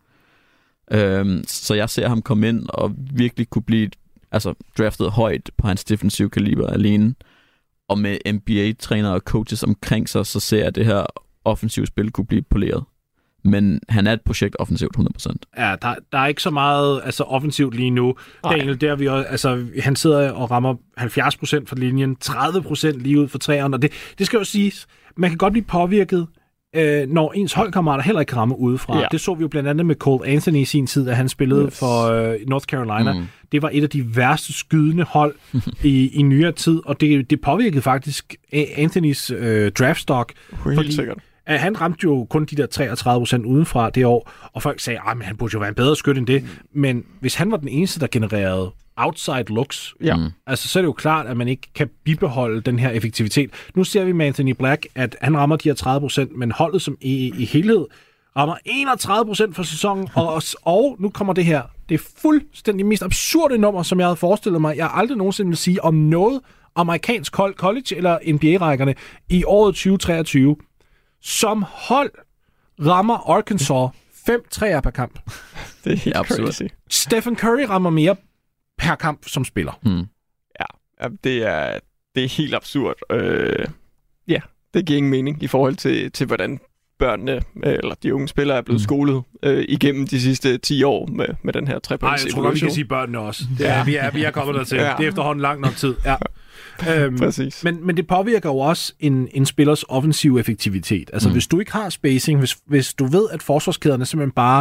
E: Så jeg ser ham komme ind og virkelig kunne blive draftet højt på hans defensive kaliber alene. Og med NBA-trænere og coaches omkring sig, så ser jeg det her offensive spil kunne blive poleret. Men han er et projekt offensivt 100%.
C: Ja, der er ikke så meget offensivt lige nu. Daniel, der vi også, han sidder og rammer 70% fra linjen, 30% lige ud for træerne, og det skal jo siges, man kan godt blive påvirket, når ens holdkammerater heller ikke rammer udefra. Ja. Det så vi jo blandt andet med Cole Anthony i sin tid, da han spillede for North Carolina. Det var et af de værste skydende hold i nyere tid, og det påvirkede faktisk Anthonys draftstock.
D: Helt sikkert.
C: Han ramte jo kun de der 33% udenfra det år, og folk sagde, at han burde jo være en bedre skyt end det. Men hvis han var den eneste, der genererede outside looks, så er det jo klart, at man ikke kan bibeholde den her effektivitet. Nu ser vi med Anthony Black, at han rammer de her 30%, men holdet som i helhed rammer 31% for sæsonen, og nu kommer det her. Det er fuldstændig mest absurde nummer, som jeg havde forestillet mig. Jeg har aldrig nogensinde vil sige om noget amerikansk hold, college eller NBA-rækkerne i året 2023. Som hold rammer Arkansas 5 træer per kamp.
D: Det er helt crazy.
C: Stephen Curry rammer mere per kamp som spiller.
D: Ja, det er helt absurd. Det giver ingen mening i forhold til hvordan børnene, eller de unge spillere, er blevet skolet igennem de sidste 10 år med den her trepoints.
C: Nej, jeg tror godt, vi kan sige børnene også. Vi er kommet dertil. Ja. Det er efterhånden lang nok tid. Ja.
D: Præcis.
C: Men det påvirker jo også en spillers offensive effektivitet. Altså, hvis du ikke har spacing, hvis du ved, at forsvarskæderne simpelthen bare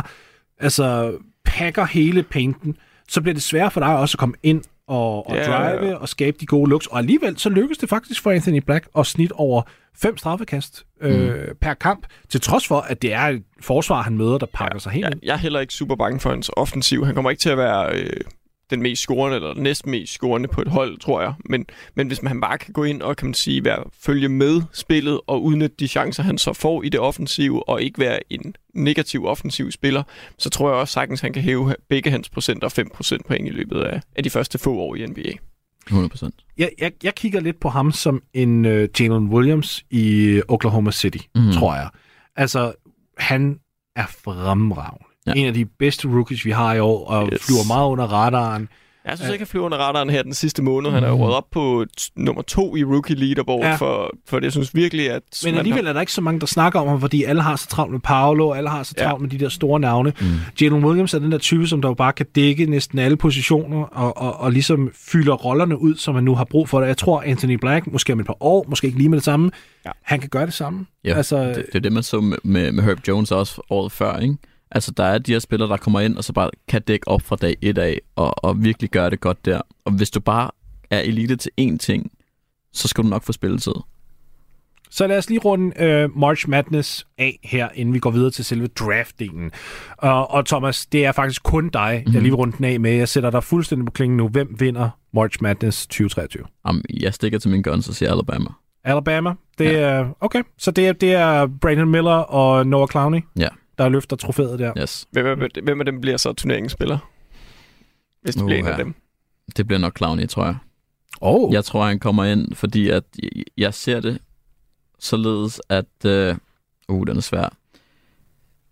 C: pakker hele painten, så bliver det svært for dig også at komme ind og drive og skabe de gode looks. Og alligevel, så lykkes det faktisk for Anthony Black at snit over 5 straffekast per kamp, til trods for, at det er et forsvar, han møder, der pakker sig helt ind.
D: Jeg er heller ikke super bange for hans offensiv. Han kommer ikke til at være den mest scorende, eller næsten mest scorende på et hold, tror jeg. Men hvis man bare kan gå ind og, kan man sige, følge med spillet og udnytte de chancer, han så får i det offensive, og ikke være en negativ offensiv spiller, så tror jeg også sagtens, han kan hæve begge hans procenter 5% point i løbet af de første få år i NBA.
E: 100%.
C: Jeg kigger lidt på ham som en Jalen Williams i Oklahoma City, tror jeg. Altså, han er fremragende. Ja. En af de bedste rookies, vi har i år, og flyver meget under radaren.
D: Jeg synes ikke, han flyver under radaren her den sidste måned. Han er jo røget op på nummer 2 i rookie leaderboard, for det, jeg synes virkelig, at...
C: Men alligevel er der ikke så mange, der snakker om ham, fordi alle har så travlt med Paolo, alle har så travlt med de der store navne. Jalen Williams er den der type, som der jo bare kan dække næsten alle positioner, og ligesom fylder rollerne ud, som han nu har brug for det. Jeg tror, Anthony Black, måske om et par år, måske ikke lige med det samme, han kan gøre det samme.
E: Ja, altså, det er det, man så med Herb Jones også året før, ikke? Altså, der er de her spillere, der kommer ind, og så bare kan dække op fra dag 1 af, og virkelig gøre det godt der. Og hvis du bare er elite til én ting, så skal du nok få spilletid.
C: Så lad os lige runde March Madness af her, inden vi går videre til selve draftdelen. Og Thomas, det er faktisk kun dig, jeg lige vil runde den af med. Jeg sætter dig fuldstændig på klingen nu. Hvem vinder March Madness 2023?
E: Jeg stikker til min guns og siger Alabama.
C: Alabama? Det er okay. Så det er Brandon Miller og Noah Clowney?
E: Ja.
C: Der løfter trofæet der.
E: Yes.
D: Hvem af dem bliver så turneringsspiller? Hvis det bliver en af dem.
E: Det bliver nok Clowney, tror jeg. Jeg tror, han kommer ind, fordi at jeg ser det således, at... den er svær.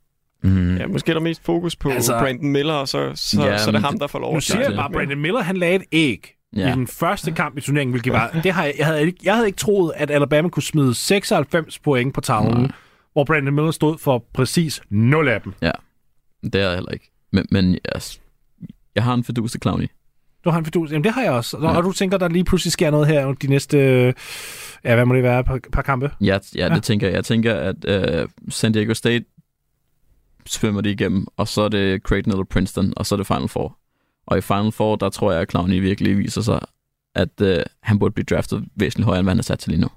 D: Ja, måske er der mest fokus på Brandon Miller, og så er det ham, der får lov.
C: Nu siger jeg bare, Brandon Miller, han lagde et æg i den første kamp i turneringen, hvilket var... Jeg havde ikke troet, at Alabama kunne smide 96 point på tavlen, hvor Brandon Miller stod for præcis 0 af dem.
E: Ja, det er jeg heller ikke. Men jeg har en fidus til Clowney.
C: Du har en fidus? Jamen, det har jeg også. Og du tænker, der lige pludselig sker noget her de næste... hvad må det være? Par kampe?
E: Ja, det tænker jeg. Jeg tænker, at San Diego State svømmer det igennem, og så er det Creighton eller Princeton, og så er det Final Four. Og i Final Four, der tror jeg, at Clowney virkelig viser sig, at han burde blive draftet væsentligt højere, end hvad han er sat til lige nu.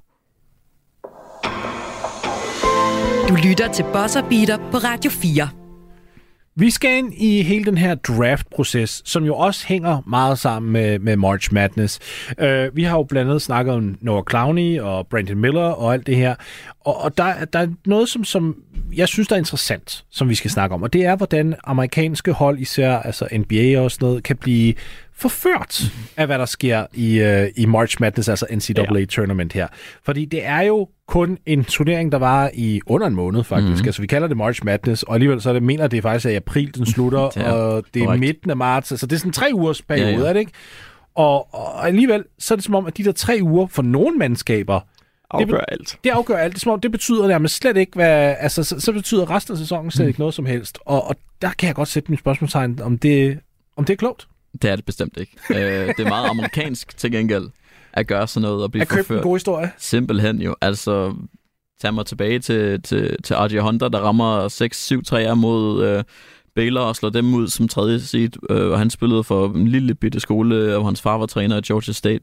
B: Du lytter til Buzzer Beater på Radio 4.
C: Vi skal ind i hele den her draft-proces, som jo også hænger meget sammen med March Madness. Vi har jo blandt andet snakket om Noah Clowney og Brandon Miller og alt det her. Og der er noget, som jeg synes, der er interessant, som vi skal snakke om. Og det er, hvordan amerikanske hold, især altså NBA og sådan noget, kan blive forført af, hvad der sker i March Madness, altså NCAA-tournament her. Fordi det er jo kun en turnering, der var i under en måned, faktisk. Altså, vi kalder det March Madness, og alligevel så mener det faktisk, at i april den slutter, og det er midten af marts. Altså, det er sådan en 3 ugers periode, er det ikke? Og alligevel, så er det som om, at de der 3 uger for nogle mandskaber
D: afgør alt.
C: Det afgør alt. Det er som om, det betyder nærmest slet ikke, hvad... Altså, så betyder resten af sæsonen slet ikke noget som helst. Og der kan jeg godt sætte mit spørgsmålstegn, om det er klogt.
E: Det er det bestemt ikke. Det er meget amerikansk til gengæld at gøre sådan noget og blive forført.
C: At købe en god historie.
E: Simpelthen jo. Altså, tag mig tilbage til R.J. Hunter, der rammer 6-7 træer mod Baylor og slår dem ud som 3. seed. Og han spillede for en lille bitte skole, og hans far var træner i Georgia State.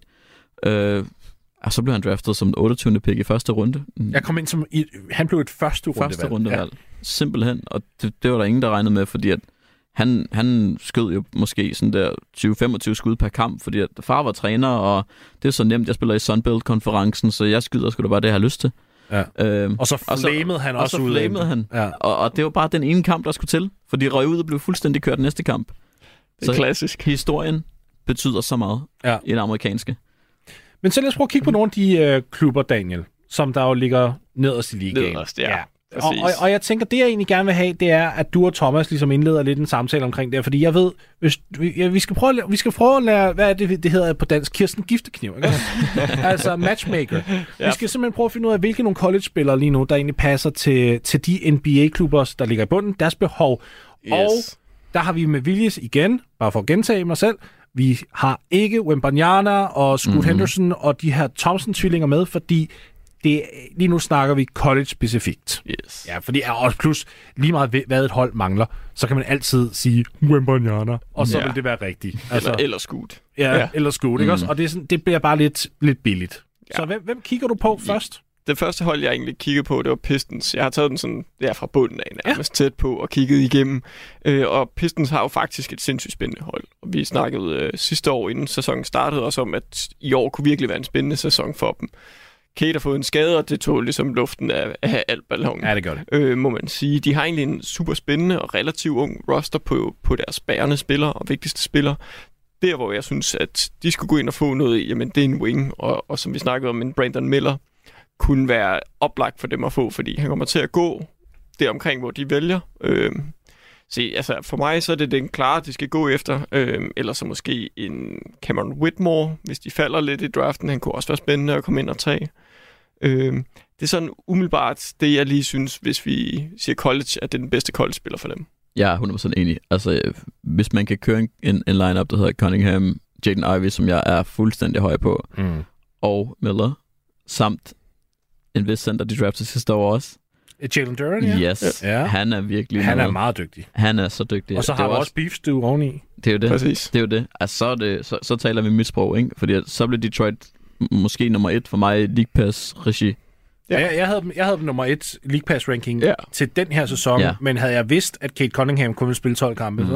E: Og så blev han draftet som 28. pick i første runde.
C: Jeg kom ind som... Han blev et første
E: rundevalg. Simpelthen. Og det var der ingen, der regnede med, fordi at han skød jo måske sådan der 20-25 skud per kamp, fordi at far var træner, og det er så nemt. Jeg spiller i Sunbelt-konferencen, så jeg skyder sgu da bare det, jeg har lyst til.
C: Ja. Og så flamede han også ud.
E: Og så flamede han. Ja. Og det var bare den ene kamp, der skulle til, for de røg ud og blev fuldstændig kørt næste kamp.
D: Det er så klassisk.
E: Historien betyder så meget i den amerikanske.
C: Men så lad os prøve at kigge på nogle af de klubber, Daniel, som der jo ligger nederst i ligaen.
D: Nederst, ja.
C: Og jeg tænker, det jeg egentlig gerne vil have, det er, at du og Thomas ligesom indleder lidt en samtale omkring det, fordi jeg ved, vi skal prøve at lære, hvad er det hedder på dansk, Kirsten Giftekniv, ikke? Altså matchmaker. Vi skal simpelthen prøve at finde ud af, hvilke nogle college-spillere lige nu, der egentlig passer til de NBA-klubber, der ligger i bunden, deres behov. Yes. Og der har vi med viljes igen, bare for at gentage mig selv, vi har ikke Wembanyama og Scoot Henderson og de her Thompson-tvillinger med, fordi lige nu snakker vi college specifikt.
E: Yes.
C: Ja, fordi også plus lige meget hvad et hold mangler, så kan man altid sige Wembanyama, og så vil det være rigtigt.
D: Altså, eller Scoot.
C: Ja, eller Scoot, ikke også? Og det bliver bare lidt billigt. Ja. Så hvem kigger du på først?
D: Det første hold, jeg egentlig kiggede på, det var Pistons. Jeg har taget den sådan fra bunden af, nærmest tæt på, og kigget igennem. Og Pistons har jo faktisk et sindssygt spændende hold. Og vi snakkede sidste år, inden sæsonen startede, også om, at i år kunne virkelig være en spændende sæson for dem. Kate har fået en skade, og det tog ligesom luften af alt ballonen.
C: Ja, det gør det.
D: Må man sige. De har egentlig en super spændende og relativt ung roster på deres bærende spillere og vigtigste spillere. Der, hvor jeg synes, at de skulle gå ind og få noget, jamen det er en wing, og som vi snakkede om, en Brandon Miller kunne være oplagt for dem at få, fordi han kommer til at gå deromkring, hvor de vælger. Så altså, for mig så er det den klare, de skal gå efter. Eller så måske en Cameron Whitmore, hvis de falder lidt i draften. Han kunne også være spændende at komme ind og tage. Det er sådan umiddelbart det, jeg lige synes, hvis vi siger college, at det er den bedste college-spiller for dem.
E: Jeg er 100% enig. Altså, hvis man kan køre en line-up, der hedder Cunningham, Jaden Ivey, som jeg er fuldstændig høj på, og Miller, samt en vis center, de draftede sidste år også.
C: Jalen Duren, ja.
E: Yes, han er virkelig...
C: Han er meget dygtig.
E: Han er så dygtig.
C: Og så har vi også beef stew oveni.
E: Det er jo det.
D: Præcis.
E: Det er jo det. Altså, så taler vi mit sprog, ikke? Fordi så blev Detroit måske nummer 1 for mig i League Pass-regi.
C: Ja, jeg havde dem nummer 1 League Pass ranking til den her sæson, men havde jeg vidst, at Kate Cunningham kunne spille 12 kampe,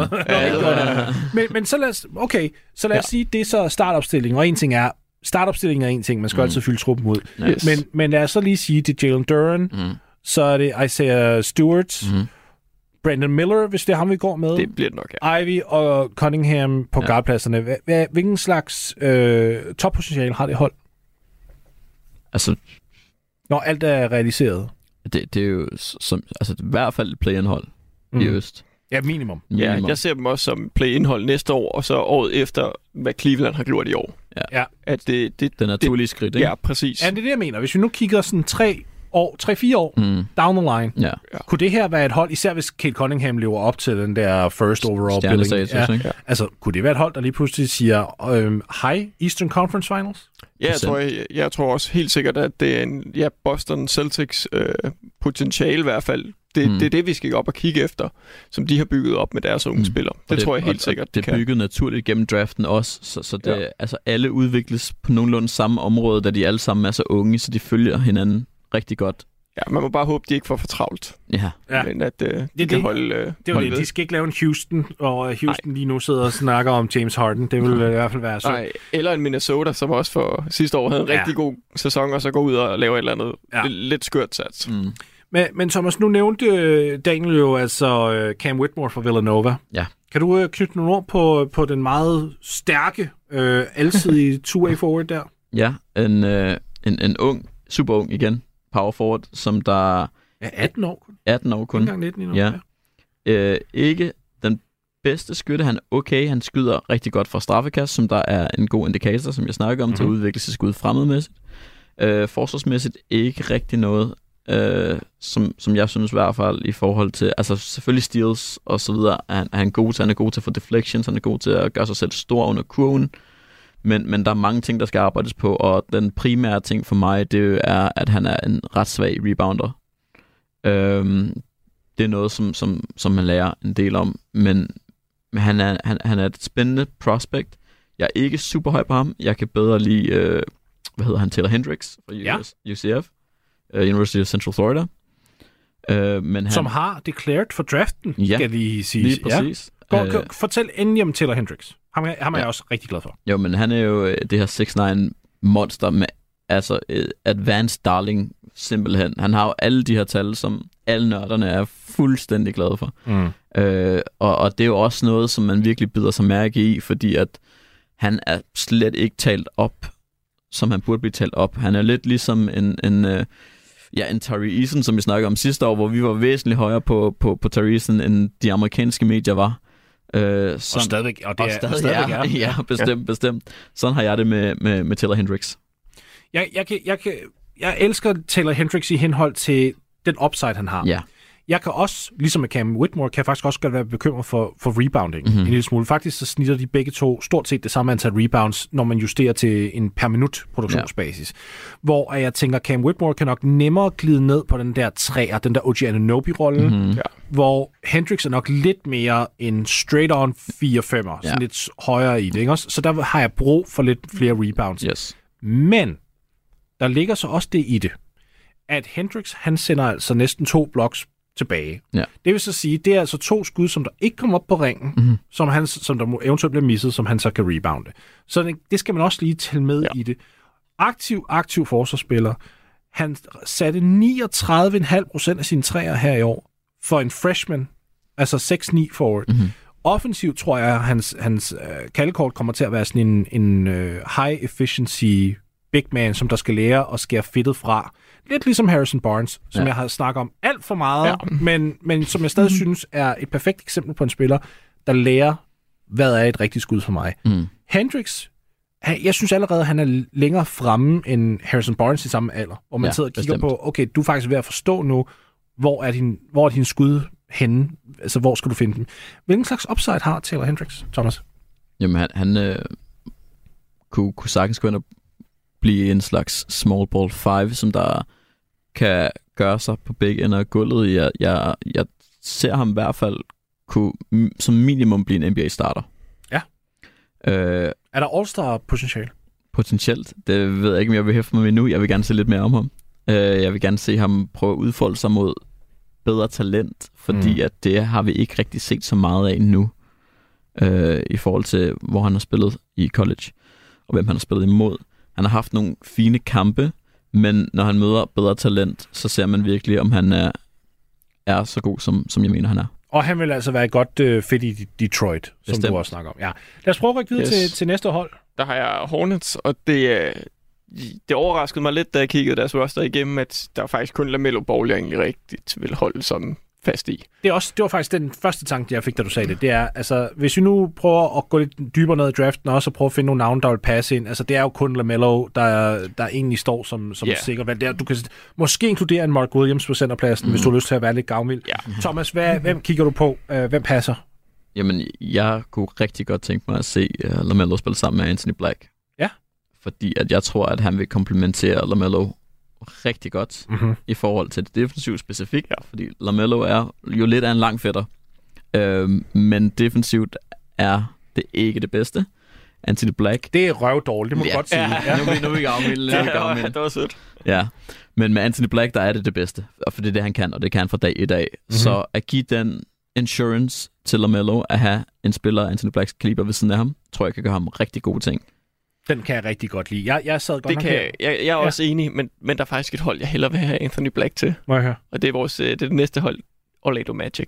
C: men så lad os sige, det er så startopstillingen, og en ting er, startopstillingen er en ting, man skal altid fylde truppen ud. Yes. Men lad os så lige sige, det er Jalen Duren, så er det Isaiah Stewart, Brandon Miller, hvis det er ham, vi går med.
D: Det bliver det nok, ja.
C: Ivey og Cunningham på guardpladserne. Hvilken slags toppotentiale har det hold?
E: Altså...
C: Når alt er realiseret.
E: Det er jo som, altså, i hvert fald et play-in-hold. i øst.
C: Ja, minimum.
D: Ja, jeg ser dem også som play-indhold næste år, og så året efter, hvad Cleveland har gjort i år.
C: Ja.
D: At det
E: Den naturlige skridt, ikke?
D: Ja, præcis.
C: Ja, det er det, jeg mener. Hvis vi nu kigger sådan 3-4 år down the line,
E: Ja.
C: kunne det her være et hold, især hvis Cade Cunningham lever op til den der first overall billing?
E: Stjernestatus, ikke?
C: Altså, kunne det være et hold, der lige pludselig siger, hej, Eastern Conference Finals?
D: Ja, jeg tror også helt sikkert, at det er Boston Celtics potentiale i hvert fald. Det er det, vi skal op og kigge efter, som de har bygget op med deres unge spillere. Det tror jeg helt sikkert,
E: det er bygget naturligt gennem draften også, så det, altså alle udvikles på nogenlunde samme område, da de alle sammen er så unge, så de følger hinanden rigtig godt.
D: Ja, man må bare håbe, de ikke får for travlt.
E: Ja.
D: Men at de kan holde
C: det er jo det. De skal ikke lave en Houston, og Houston lige nu sidder og snakker om James Harden. Det vil i hvert fald være så.
D: Nej, eller en Minnesota, som også for sidste år havde en rigtig god sæson, og så går ud og laver et eller andet lidt skørt sats.
C: Men Thomas, nu nævnte Daniel jo altså Cam Whitmore fra Villanova.
E: Ja.
C: Kan du knytte nogle ord på den meget stærke, alsidige two-way forward der?
E: Ja, en ung, super ung igen, power forward, som der...
C: Ja, 18 år kun.
E: 18 år kun.
C: Ikke engang 19 endnu.
E: Ja. Ikke den bedste skytte. Han er okay. Han skyder rigtig godt fra straffekast, som der er en god indikator, som jeg snakker om, til at udvikle sig skud fremmedmæssigt. Forsvarsmæssigt ikke rigtig noget, som jeg synes i hvert fald i forhold til, altså selvfølgelig steals og så videre, er han god til. Han er god til at få deflections, han er god til at gøre sig selv stor under kurven, men der er mange ting, der skal arbejdes på, og den primære ting for mig, det er, at han er en ret svag rebounder. Det er noget, som man lærer en del om, men han er et spændende prospect. Jeg er ikke super høj på ham. Jeg kan bedre lide, Taylor Hendricks fra UCF. University of Central Florida. Men
C: som har declared for draften, skal lige sige.
E: Lige præcis.
C: Ja. Fortæl endelig om Taylor Hendricks. Ham er jeg også rigtig glad for.
E: Jo, men han er jo det her 6'9 monster med altså advanced darling, simpelthen. Han har jo alle de her tal, som alle nørderne er fuldstændig glade for. Og det er jo også noget, som man virkelig bider sig mærke i, fordi at han er slet ikke talt op, som han burde blive talt op. Han er lidt ligesom en Tari Eason, som vi snakkede om sidste år, hvor vi var væsentligt højere på Tari Eason, end de amerikanske medier var.
C: Og stadigvæk er.
E: Ja, bestemt. Sådan har jeg det med Taylor Hendricks.
C: Jeg elsker Taylor Hendricks i henhold til den upside, han har.
E: Ja.
C: Jeg kan også, ligesom med Cam Whitmore, kan jeg faktisk også godt være bekymret for rebounding en lille smule. Faktisk så snitter de begge to stort set det samme antal rebounds, når man justerer til en per minut produktionsbasis. Hvor jeg tænker, Cam Whitmore kan nok nemmere glide ned på den der træer, den der OG Anunoby-rolle, hvor Hendricks er nok lidt mere en straight-on 4-5'er, sådan lidt højere i det, ikke også? Så der har jeg brug for lidt flere rebounds.
E: Yes.
C: Men der ligger så også det i det, at Hendricks, han sender altså næsten 2 blocks tilbage. Ja. Det vil så sige, det er altså 2 skud, som der ikke kommer op på ringen, som der eventuelt bliver misset, som han så kan rebounde. Så det skal man også lige tælle med i det. Aktiv forsvarsspiller. Han satte 39,5% af sine træer her i år for en freshman, altså 6'9 forward. Offensivt tror jeg, at hans kaldekort kommer til at være sådan en high efficiency big man, som der skal lære at skære fedtet fra. Lidt ligesom Harrison Barnes, som jeg har snakket om alt for meget, men som jeg stadig synes er et perfekt eksempel på en spiller, der lærer, hvad er et rigtigt skud for mig. Hendricks, jeg synes allerede, han er længere fremme end Harrison Barnes i samme alder, hvor man sidder og kigger på, okay, du er faktisk ved at forstå nu, hvor er din skud henne? Altså, hvor skal du finde dem? Hvilken slags upside har Taylor Hendricks, Thomas?
E: Jamen, han kunne sagtens gå ind og blive en slags small ball 5, som der kan gøre sig på begge ender af gulvet. Jeg ser ham i hvert fald kunne som minimum blive en NBA-starter.
C: Ja. Er der all-star potentiale?
E: Potentielt. Det ved jeg ikke, om jeg vil hæfte mig med nu. Jeg vil gerne se lidt mere om ham. Jeg vil gerne se ham prøve at udfolde sig mod bedre talent, fordi at det har vi ikke rigtig set så meget af nu, i forhold til, hvor han har spillet i college, og hvem han har spillet imod. Han har haft nogle fine kampe, men når han møder bedre talent, så ser man virkelig, om han er så god, som jeg mener, han er. Og
C: han vil altså være et godt fit i Detroit, som du også snakker om. Ja. Lad os prøve at rykke videre til næste hold.
D: Der har jeg Hornets, og det overraskede mig lidt, da jeg kiggede deres roster igennem, at der faktisk kun LaMelo Ball, jeg egentlig rigtigt vil holde som fast i.
C: Det var faktisk den første tanke, jeg fik, da du sagde det. Det er, altså, hvis vi nu prøver at gå lidt dybere ned i draften, og også prøve at finde nogle navne, der vil passe ind. Altså, det er jo kun LaMelo, der egentlig står som sikkert valg. Du kan måske inkludere en Mark Williams på centerpladsen, hvis du har lyst til at være lidt gavmild. Yeah. Thomas, hvem kigger du på? Hvem passer?
E: Jamen, jeg kunne rigtig godt tænke mig at se LaMelo spille sammen med Anthony Black.
C: Ja.
E: Fordi at jeg tror, at han vil komplementere LaMelo rigtig godt i forhold til det defensive specifikt, fordi LaMelo er jo lidt af en lang fætter. Men defensivt er det ikke det bedste. Anthony Black...
C: Det er røvdårligt, det må du godt sige.
E: Ja. Nu er vi gavmilde.
D: Det var sødt.
E: Ja, men med Anthony Black, der er det det bedste. Og for det er det, han kan, og det kan han fra dag i dag. Så at give den insurance til LaMelo, at have en spiller af Anthony Blacks kaliber ved siden af ham, tror jeg kan gøre ham rigtig gode ting.
C: Den kan jeg rigtig godt lide. Jeg sad godt
D: jeg er også enig, men der er faktisk et hold, jeg hellere vil have Anthony Black til.
C: Må jeg høre?
D: Og det er det næste hold, Orlando Magic.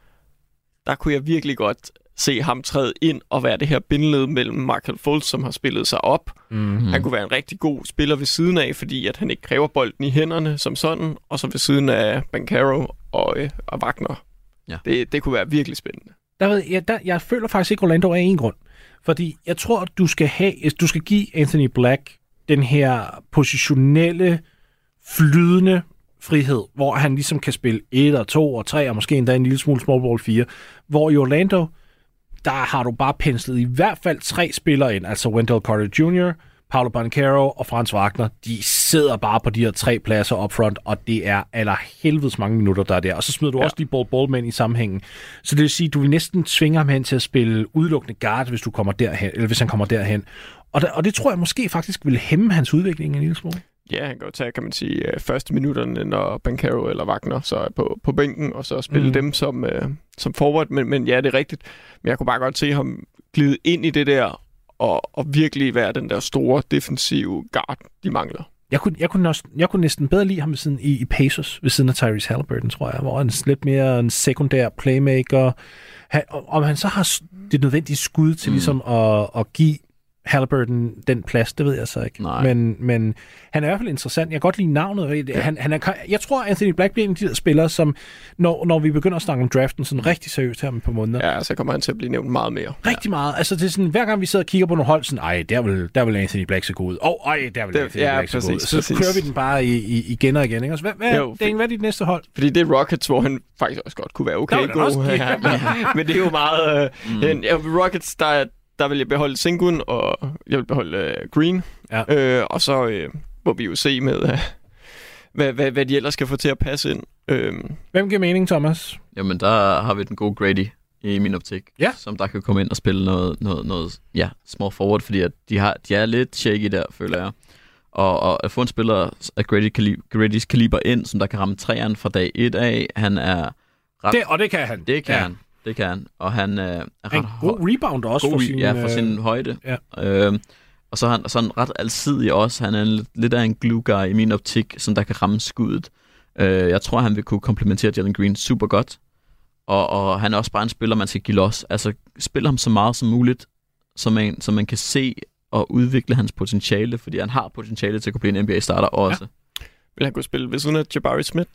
D: Der kunne jeg virkelig godt se ham træde ind og være det her bindeled mellem Markelle Fultz, som har spillet sig op. Han kunne være en rigtig god spiller ved siden af, fordi at han ikke kræver bolden i hænderne som sådan, og så ved siden af Banchero og Wagner. Ja. Det kunne være virkelig spændende.
C: Jeg føler faktisk ikke Orlando af en grund. Fordi jeg tror, at du skal give Anthony Black den her positionelle, flydende frihed, hvor han ligesom kan spille 1 og 2 og 3, og måske endda en lille smule small ball 4. Hvor i Orlando, der har du bare penslet i hvert fald 3 spillere ind, altså Wendell Carter Jr., Paolo Banchero og Franz Wagner. De sidder bare på de her 3 pladser up front, og det er allerhelvedes mange minutter, der er der. Og så smider du også de ballmænd i sammenhængen. Så det vil sige, at du vil næsten tvinge ham hen til at spille udelukkende guard, hvis han kommer derhen. Og det tror jeg måske faktisk vil hæmme hans udvikling en lille smule.
D: Ja, han kan jo tage, kan man sige, første minutterne, når Banchero eller Wagner så er på bænken, og så spille dem som forward. Men ja, det er rigtigt. Men jeg kunne bare godt se ham glide ind i det der, og virkelig være den der store defensive guard, de mangler.
C: Jeg kunne næsten bedre lide ham ved siden i Pacers, ved siden af Tyrese Halliburton, tror jeg, hvor han lidt mere en sekundær playmaker. Om han så har det nødvendige skud til ligesom at give Halliburton den plads, det ved jeg så ikke. Men han er i hvert fald interessant. Jeg kan godt lide navnet. Jeg tror, Anthony Black bliver en af de der spillere, som når vi begynder at snakke om draften sådan rigtig seriøst her på måneder.
D: Ja, så kommer han til at blive nævnt meget mere.
C: Rigtig meget. Altså det er sådan, hver gang vi sidder og kigger på nogle hold, sådan, der vil Anthony Black se god ud. Der vil Anthony Black se god ud. Så kører vi den bare igen og igen. Ikke? Hvad er dit næste hold?
D: Fordi det er Rockets, hvor han faktisk også godt kunne være okay god. Men det er jo meget... Rockets, der vil jeg beholde Sengun, og jeg vil beholde Green. Ja. Og så må vi jo se med, hvad de ellers skal få til at passe ind.
C: Hvem giver mening, Thomas?
E: Jamen, der har vi den gode Grady i min optik, som der kan komme ind og spille noget small forward, fordi at de er lidt shaky der, føler jeg. Og at få en spiller af Grady's kaliber ind, som der kan ramme 3'eren fra dag 1 af, han er ret...
C: Det kan han.
E: Det kan han. Og han er ret...
C: En god rebound også
E: for sin højde. Ja. Og så er han ret alsidig også. Han er lidt af en glue guy i min optik, som der kan ramme skuddet. Jeg tror, han vil kunne komplementere Jalen Green super godt. Og han er også bare en spiller, man skal give los. Altså, spille ham så meget som muligt, så man kan se og udvikle hans potentiale, fordi han har potentiale til at kunne blive en NBA-starter også.
D: Ja. Vil han kunne spille ved siden af Jabari Smith?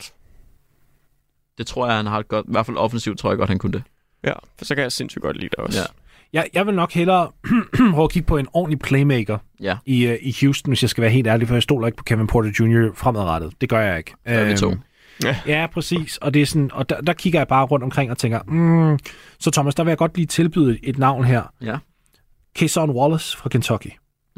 E: Det tror jeg, han har et godt... I hvert fald offensivt tror jeg godt, han kunne det.
D: Ja, for så kan jeg sindssygt godt lide det også.
C: Ja. Jeg vil nok hellere prøve at kigge på en ordentlig playmaker i Houston, hvis jeg skal være helt ærlig, for jeg stoler ikke på Kevin Porter Jr. fremadrettet. Det gør jeg ikke.
E: Vi to.
C: Ja, præcis. Og det er sådan, og der kigger jeg bare rundt omkring og tænker, så Thomas, der vil jeg godt lige tilbyde et navn her.
E: Ja.
C: Cason Wallace fra Kentucky.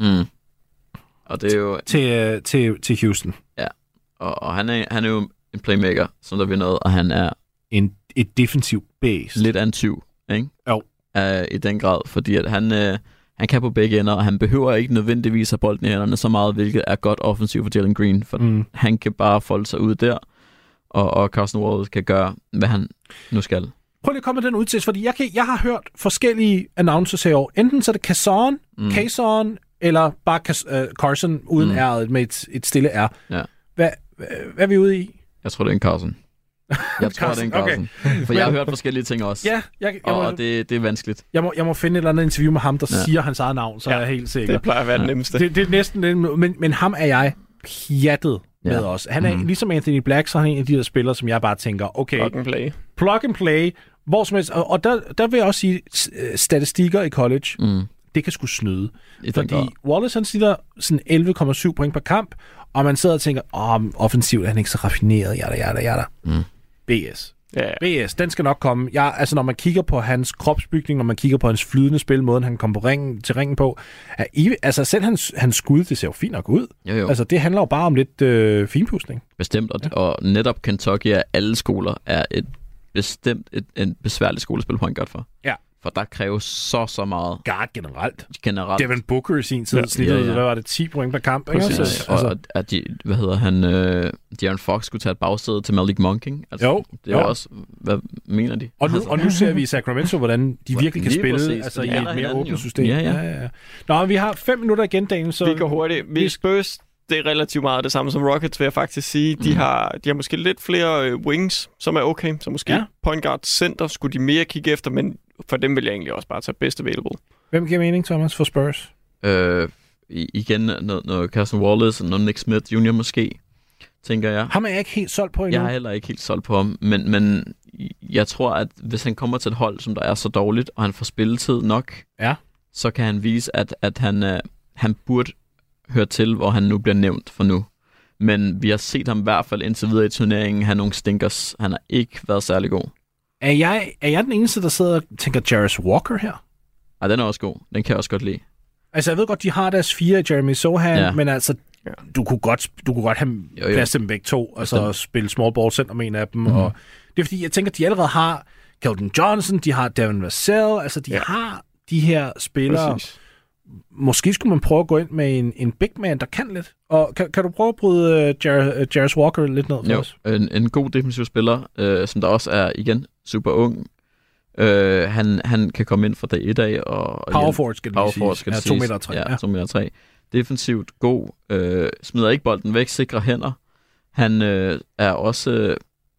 E: Og det er jo...
C: Til Houston.
E: Ja, og han er jo en playmaker, som der vil noget, og han er...
C: Et defensiv base.
E: Lidt af en tyv, ikke?
C: Jo.
E: I den grad, fordi at han kan på begge ender, og han behøver ikke nødvendigvis have bolden i hænderne så meget, hvilket er godt offensivt for Jalen Green, for han kan bare folde sig ud der, og Carson Wallace kan gøre, hvad han nu skal.
C: Prøv lige at komme med den udtæst, fordi jeg har hørt forskellige announcers herovre. Enten så er det Cason, eller bare Carson uden R'et med et stille R.
E: Ja.
C: Hvad er vi ude i?
E: Jeg tror, det er en Carson. Jeg tror, det er en Carson. Okay. For jeg har hørt forskellige ting også.
C: Ja,
E: og det er vanskeligt.
C: Jeg må finde et eller andet interview med ham, der siger hans eget navn, så er jeg helt sikker.
D: Det plejer at være det nemmeste.
C: Det er næsten det, men ham er jeg pjattet med os. Han er ligesom Anthony Black, så er han en af de der spillere, som jeg bare tænker, okay, plug and play, hvor som helst. Og der vil jeg også sige, statistikker i college, det kan sgu snyde. Fordi Wallace, han siger sådan 11,7 point per kamp, og man sidder og tænker, offensivt er han ikke så raffineret, jada. BS. Yeah. BS, den skal nok komme. Altså, når man kigger på hans kropsbygning, når man kigger på hans flydende spil, måden han kommer til ringen på, altså selv hans skud, det ser jo fint nok ud.
E: Jo.
C: Altså, det handler jo bare om lidt finpudsning.
E: Bestemt, og netop Kentucky af alle skoler er en besværlig skolespil point guard for. Ja. For der kræves så meget.
C: Guard generelt. Devin Booker i sin tid snittede, hvad var det, 10 point per kamp?
E: Præcis. Og at De'Aaron Fox skulle tage et bagsæde til Malik Monk. Altså, jo. Det er jo også, hvad mener de?
C: Og nu ser vi i Sacramento, hvordan de virkelig kan spille altså, i et mere åbent system. Ja. Nå, vi har 5 minutter igen, Daniel. Så
D: vi går hurtigt. Vi Spurs, det er relativt meget det samme som Rockets, vil jeg faktisk sige. De har måske lidt flere wings, som er okay. Så måske point guard center skulle de mere kigge efter, men for dem vil jeg egentlig også bare tage best available.
C: Hvem giver mening, Thomas, for Spurs?
E: Igen noget Carson Wallace og noget Nick Smith Jr. måske, tænker jeg.
C: Ham er jeg ikke helt solgt på endnu.
E: Jeg er heller ikke helt solgt på ham, men jeg tror, at hvis han kommer til et hold, som der er så dårligt, og han får spilletid nok, så kan han vise, at han burde høre til, hvor han nu bliver nævnt for nu. Men vi har set ham i hvert fald indtil videre i turneringen have nogle stinkers. Han har ikke været særlig god.
C: Er jeg den eneste, der sidder og tænker Jarvis Walker her?
E: Ja, den er også god. Den kan jeg også godt lide.
C: Altså, jeg ved godt, de har deres 4 Jeremy Sohan, men altså, du kunne godt have plads dem begge to, og så spille small ball center med en af dem. Og det er fordi, jeg tænker, de allerede har Keldon Johnson, de har Devin Vassell, altså de har de her spillere. Præcis. Måske skulle man prøve at gå ind med en big man, der kan lidt. Og kan du prøve at bryde Jarvis Walker lidt ned for os?
E: En god defensiv spiller, som der også er, igen, super ung. Han kan komme ind fra dag 1 af.
C: Power forward skal det siges. 2 meter 3.
E: Ja, 2 meter 3. Defensivt god. Smider ikke bolden væk, sikre hænder. Han er også,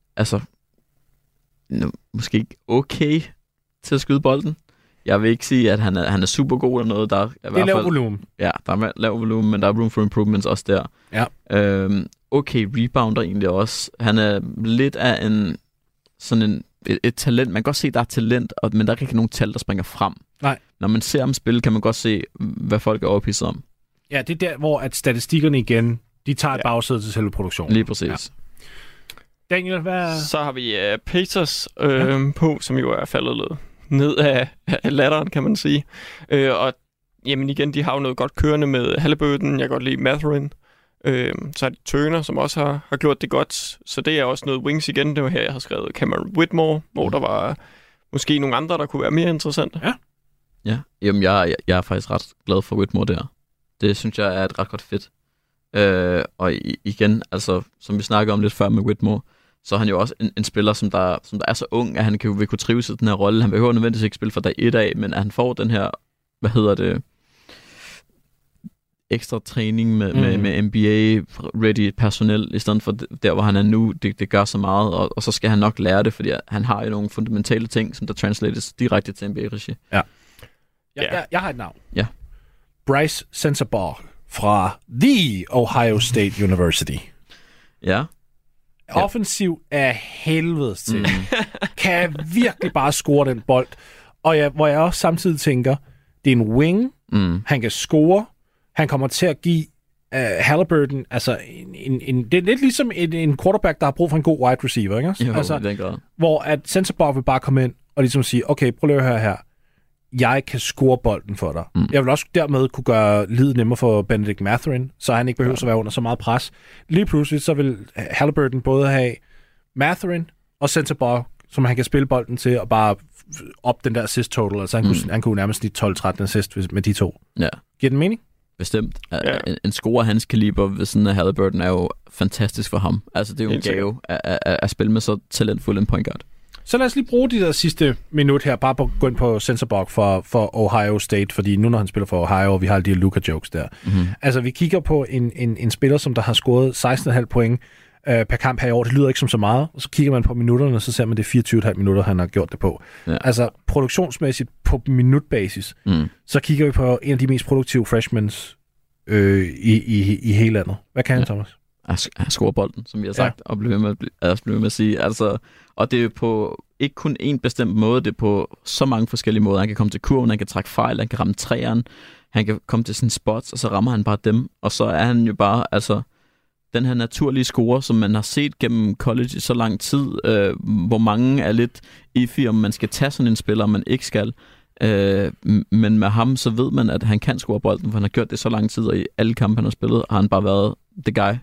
E: måske ikke okay til at skyde bolden. Jeg vil ikke sige, at han er super god eller noget. Der er
C: det er lav volumen.
E: Ja, der er lav volumen, men der er room for improvements også der. Ja. Okay, rebounder egentlig også. Han er lidt af et talent. Man kan godt se, at der er talent, men der er ikke nogen tal, der springer frem. Nej. Når man ser ham spille, kan man godt se, hvad folk er overpisset om.
C: Ja, det er der, hvor at statistikkerne igen, de tager et bagsæde til selve produktionen.
E: Lige præcis. Ja.
C: Daniel, hvad...
D: Så har vi Pacers på, som jo er faldet lidt ned af ladderen, kan man sige. Og jamen igen, de har jo noget godt kørende med Halliburton. Jeg kan godt lide Mathurin. Så er det Turner, som også har gjort det godt. Så det er også noget wings igen. Det var her, jeg har skrevet Cameron Whitmore, hvor der var måske nogle andre, der kunne være mere interessante.
E: Ja. Jamen, jeg er faktisk ret glad for Whitmore der. Det synes jeg er et ret godt fedt. Og igen, altså, som vi snakkede om lidt før med Whitmore, så er han jo også en spiller, som der er så ung, at han vil kunne trives i den her rolle. Han behøver nødvendigvis ikke spille fra dag 1 af, men at han får den her, ekstra træning med NBA-ready personel, i stedet for der, hvor han er nu, det gør så meget, og så skal han nok lære det, fordi han har jo nogle fundamentale ting, som der translates direkte til NBA-regi.
C: Ja. Jeg har et navn. Ja. Bryce Sensabaugh fra The Ohio State University.
E: Ja.
C: Offensiv af helvedes til. Kan virkelig bare score den bold. Og hvor jeg også samtidig tænker, det er en wing, han kan score, han kommer til at give Halliburton, altså det er lidt ligesom en quarterback, der har brug for en god wide receiver, ikke?
E: Jo,
C: altså,
E: den grad.
C: Hvor at Sensabaugh vil bare komme ind og ligesom sige, okay, prøv lige at høre her. Jeg kan score bolden for dig. Jeg vil også dermed kunne gøre livet nemmere for Benedict Mathurin, så han ikke behøver at være under så meget pres. Lige pludselig så vil Halliburton både have Mathurin og Sensabaugh, som han kan spille bolden til, og bare op den der assist total. Altså han kunne nærmest snit 12-13 assist med de to. Ja. Giver den mening?
E: Bestemt. Ja. En scorer af hans kaliber ved sådan af Halliburton er jo fantastisk for ham. Altså det er jo en gave at spille med så talentfuld en point guard.
C: Så lad os lige bruge de der sidste minut her, bare på at gå ind på Sensabaugh for Ohio State, fordi nu når han spiller for Ohio, og vi har alle de Luka-jokes der. Altså vi kigger på en spiller, som der har scoret 16,5 point per kamp her i år. Det lyder ikke som så meget. Og så kigger man på minutterne, så ser man det 24,5 minutter, han har gjort det på. Ja. Altså produktionsmæssigt på minutbasis, så kigger vi på en af de mest produktive freshmans i hele landet. Hvad kan han, Thomas?
E: at score bolden, som vi har sagt, og blive ved med at sige. Altså, og det er på ikke kun én bestemt måde, det er på så mange forskellige måder. Han kan komme til kurven, han kan trække fejl, han kan ramme træerne, han kan komme til sine spots, og så rammer han bare dem. Og så er han jo bare, altså, den her naturlige scorer, som man har set gennem college i så lang tid, hvor mange er lidt iffy, om man skal tage sådan en spiller, om man ikke skal. Men med ham, så ved man, at han kan score bolden, for han har gjort det så lang tid, og i alle kampe, han har spillet, har han bare været the guy.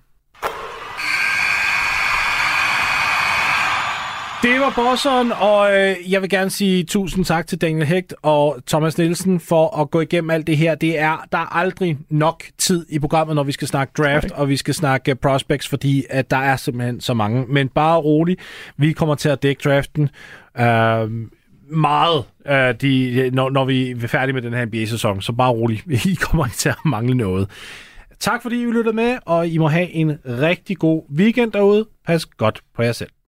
C: Det var bosseren, og jeg vil gerne sige tusind tak til Daniel Hecht og Thomas Nielsen for at gå igennem alt det her. Der er aldrig nok tid i programmet, når vi skal snakke draft, og vi skal snakke prospects, fordi at der er simpelthen så mange. Men bare rolig, vi kommer til at dække draften meget, når vi er færdige med den her NBA-sæson. Så bare rolig, I kommer ikke til at mangle noget. Tak fordi I lyttede med, og I må have en rigtig god weekend derude. Pas godt på jer selv.